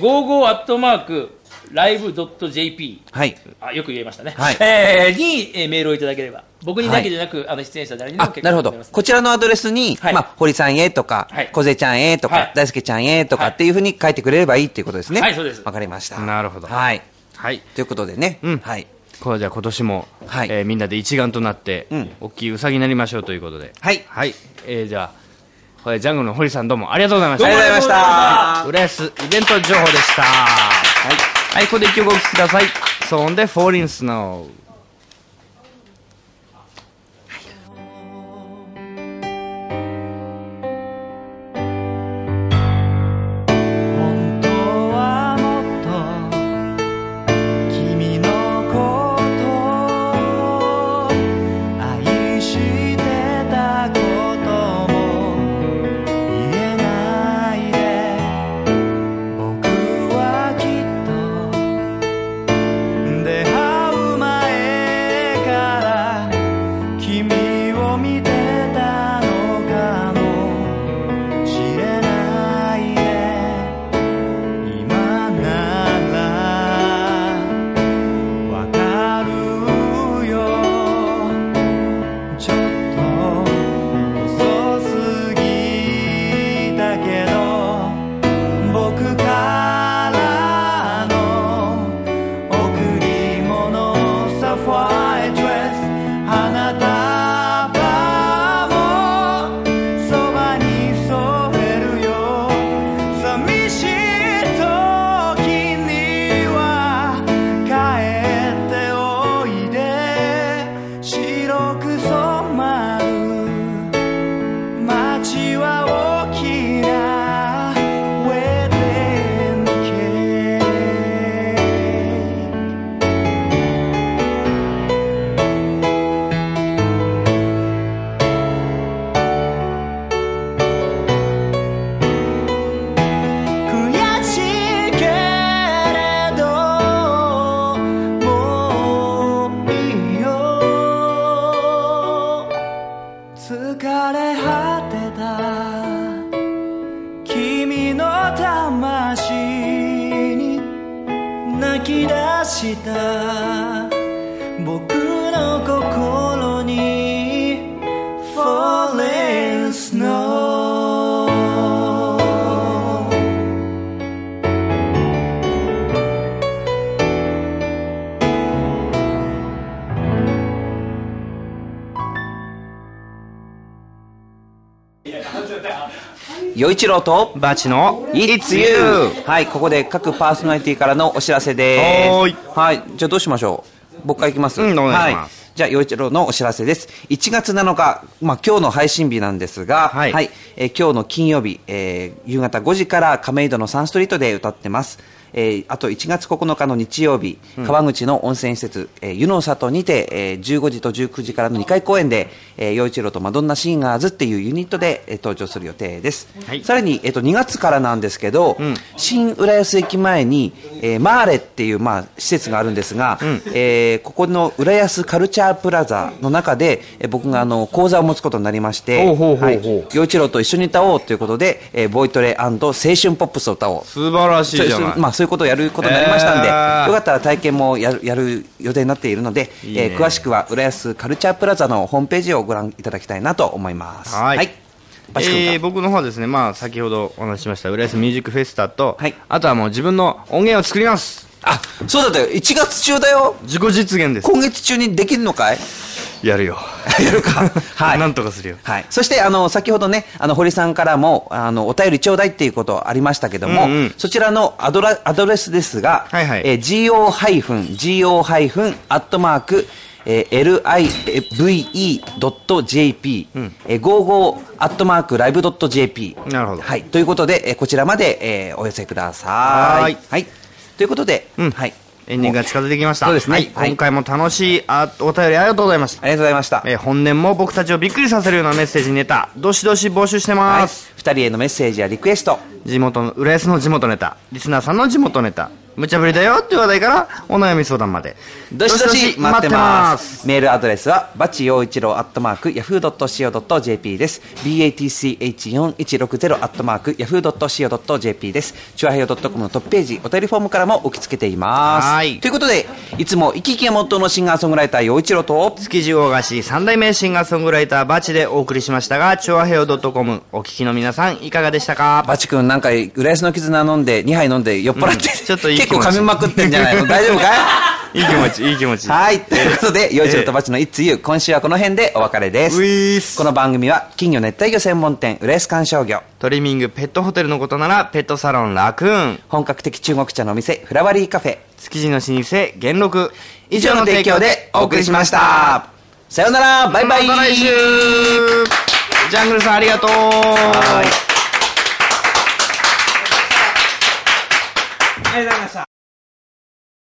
[SPEAKER 5] 55@live.jp。
[SPEAKER 1] はい。
[SPEAKER 5] よく言えましたね。
[SPEAKER 1] はい。
[SPEAKER 5] にメールをいただければ。僕にだけじゃなく、出演者誰にも結構。
[SPEAKER 1] なるほど。こちらのアドレスに、堀さんへとか、小瀬ちゃんへとか、大輔ちゃんへとかっていうふうに書いてくれればいいっていうことですね。
[SPEAKER 5] はい、そうです。
[SPEAKER 1] わかりました。
[SPEAKER 2] なるほど。
[SPEAKER 1] はい。
[SPEAKER 2] はい。
[SPEAKER 1] ということでね。はい。
[SPEAKER 2] これじゃあ今年も、みんなで一丸となって、大きいうさぎになりましょうということで。
[SPEAKER 1] はい。
[SPEAKER 2] はい。じゃあ、ジャングルの堀さんどうもありがとうございました。
[SPEAKER 1] ありがとうございました。
[SPEAKER 2] 浦安イベント情報でした。はい。はい、ここで一曲お聴きください。騒音で Falling Snow。
[SPEAKER 1] 与一郎と
[SPEAKER 2] バチの
[SPEAKER 1] It's You。 はい、ここで各パーソナリティからのお知らせです。はい、じゃあどうしましょう。僕からいきます。
[SPEAKER 2] お願いします。
[SPEAKER 1] はい、じゃあ与一郎のお知らせです。1月7日、今日の配信日なんですが、今日の金曜日、夕方5時から亀戸のサンストリートで歌ってます。あと1月9日の日曜日、川口の温泉施設、湯の里にて、15時と19時からの2回公演で、与一郎とマドンナシンガーズっていうユニットで、登場する予定です。さらに、2月からなんですけど、新浦安駅前に、マーレっていう、施設があるんですが、ここの浦安カルチャープラザの中で、僕が講座を持つことになりまして、与一郎と一緒に歌おうということで、ボイトレ&青春ポップスを歌おう。
[SPEAKER 2] 素晴らしいじゃない。
[SPEAKER 1] そういうことをやることになりましたんで、よかったら体験もやる予定になっているので、詳しくは浦安カルチャープラザのホームページをご覧いただきたいなと思います。はい。
[SPEAKER 2] 僕の方はですね、先ほどお話ししました浦安ミュージックフェスタと、あとはもう自分の音源を作ります。
[SPEAKER 1] あ、そうだったよ。1月中だよ。
[SPEAKER 2] 自己実現です。
[SPEAKER 1] 今月中にできるのかい？
[SPEAKER 2] やるよ。
[SPEAKER 1] やるか。はい。
[SPEAKER 2] なんとかするよ。
[SPEAKER 1] はい。そして、先ほどね、堀さんからも、お便りちょうだいっていうことありましたけども、そちらのアドレスですが、go-live.jp、55@live.jp。
[SPEAKER 2] なるほど。
[SPEAKER 1] はい。ということで、こちらまで、お寄せください。はい。ということで、はい。
[SPEAKER 2] エンディングが近づいてきました。
[SPEAKER 1] そうですね。
[SPEAKER 2] 今回も楽しいお便りありがとうございました。
[SPEAKER 1] ありがとうございました。
[SPEAKER 2] 本年も僕たちをびっくりさせるようなメッセージネタ、どしどし募集してます。
[SPEAKER 1] 2人へのメッセージやリクエスト、
[SPEAKER 2] 地元の浦安の地元ネタ、リスナーさんの地元ネタ、無茶ぶりだよっていう話題からお悩み相談まで
[SPEAKER 1] どしどし待ってます。メールアドレスはバチ陽一郎@yahoo.co.jp です。 BATCH4160@yahoo.co.jp です。チュアヘヨ .com のトップページお便りフォームからも受け付けています。ということで、いつも生き生きがモットーのシンガーソングライター陽一郎と
[SPEAKER 2] 築地大菓子3代目シンガーソングライターバチでお送りしましたが、チュアヘヨ .com お聞きの皆さんいかがでしたか？
[SPEAKER 1] バチ君なんか浦安の絆飲んで2杯飲んで酔っ払って、
[SPEAKER 2] ちょっといい
[SPEAKER 1] 結構噛みまくってんじゃないの？大丈夫か
[SPEAKER 2] い？いい気持ち、いい気持ち。
[SPEAKER 1] はい。ということで、洋一郎とバチのIt's You、今週はこの辺でお別れです。この番組は、金魚熱帯魚専門店、浦安観賞魚。
[SPEAKER 2] トリミングペットホテルのことなら、ペットサロンラクーン。
[SPEAKER 1] 本格的中国茶のお店、フラワリーカフェ。
[SPEAKER 2] 築地の老舗、元禄。
[SPEAKER 1] 以上の提供でお送りしました。さようなら、バイバイ。
[SPEAKER 2] また来週。ジャングルさんありがとう。
[SPEAKER 1] ありがとうございました。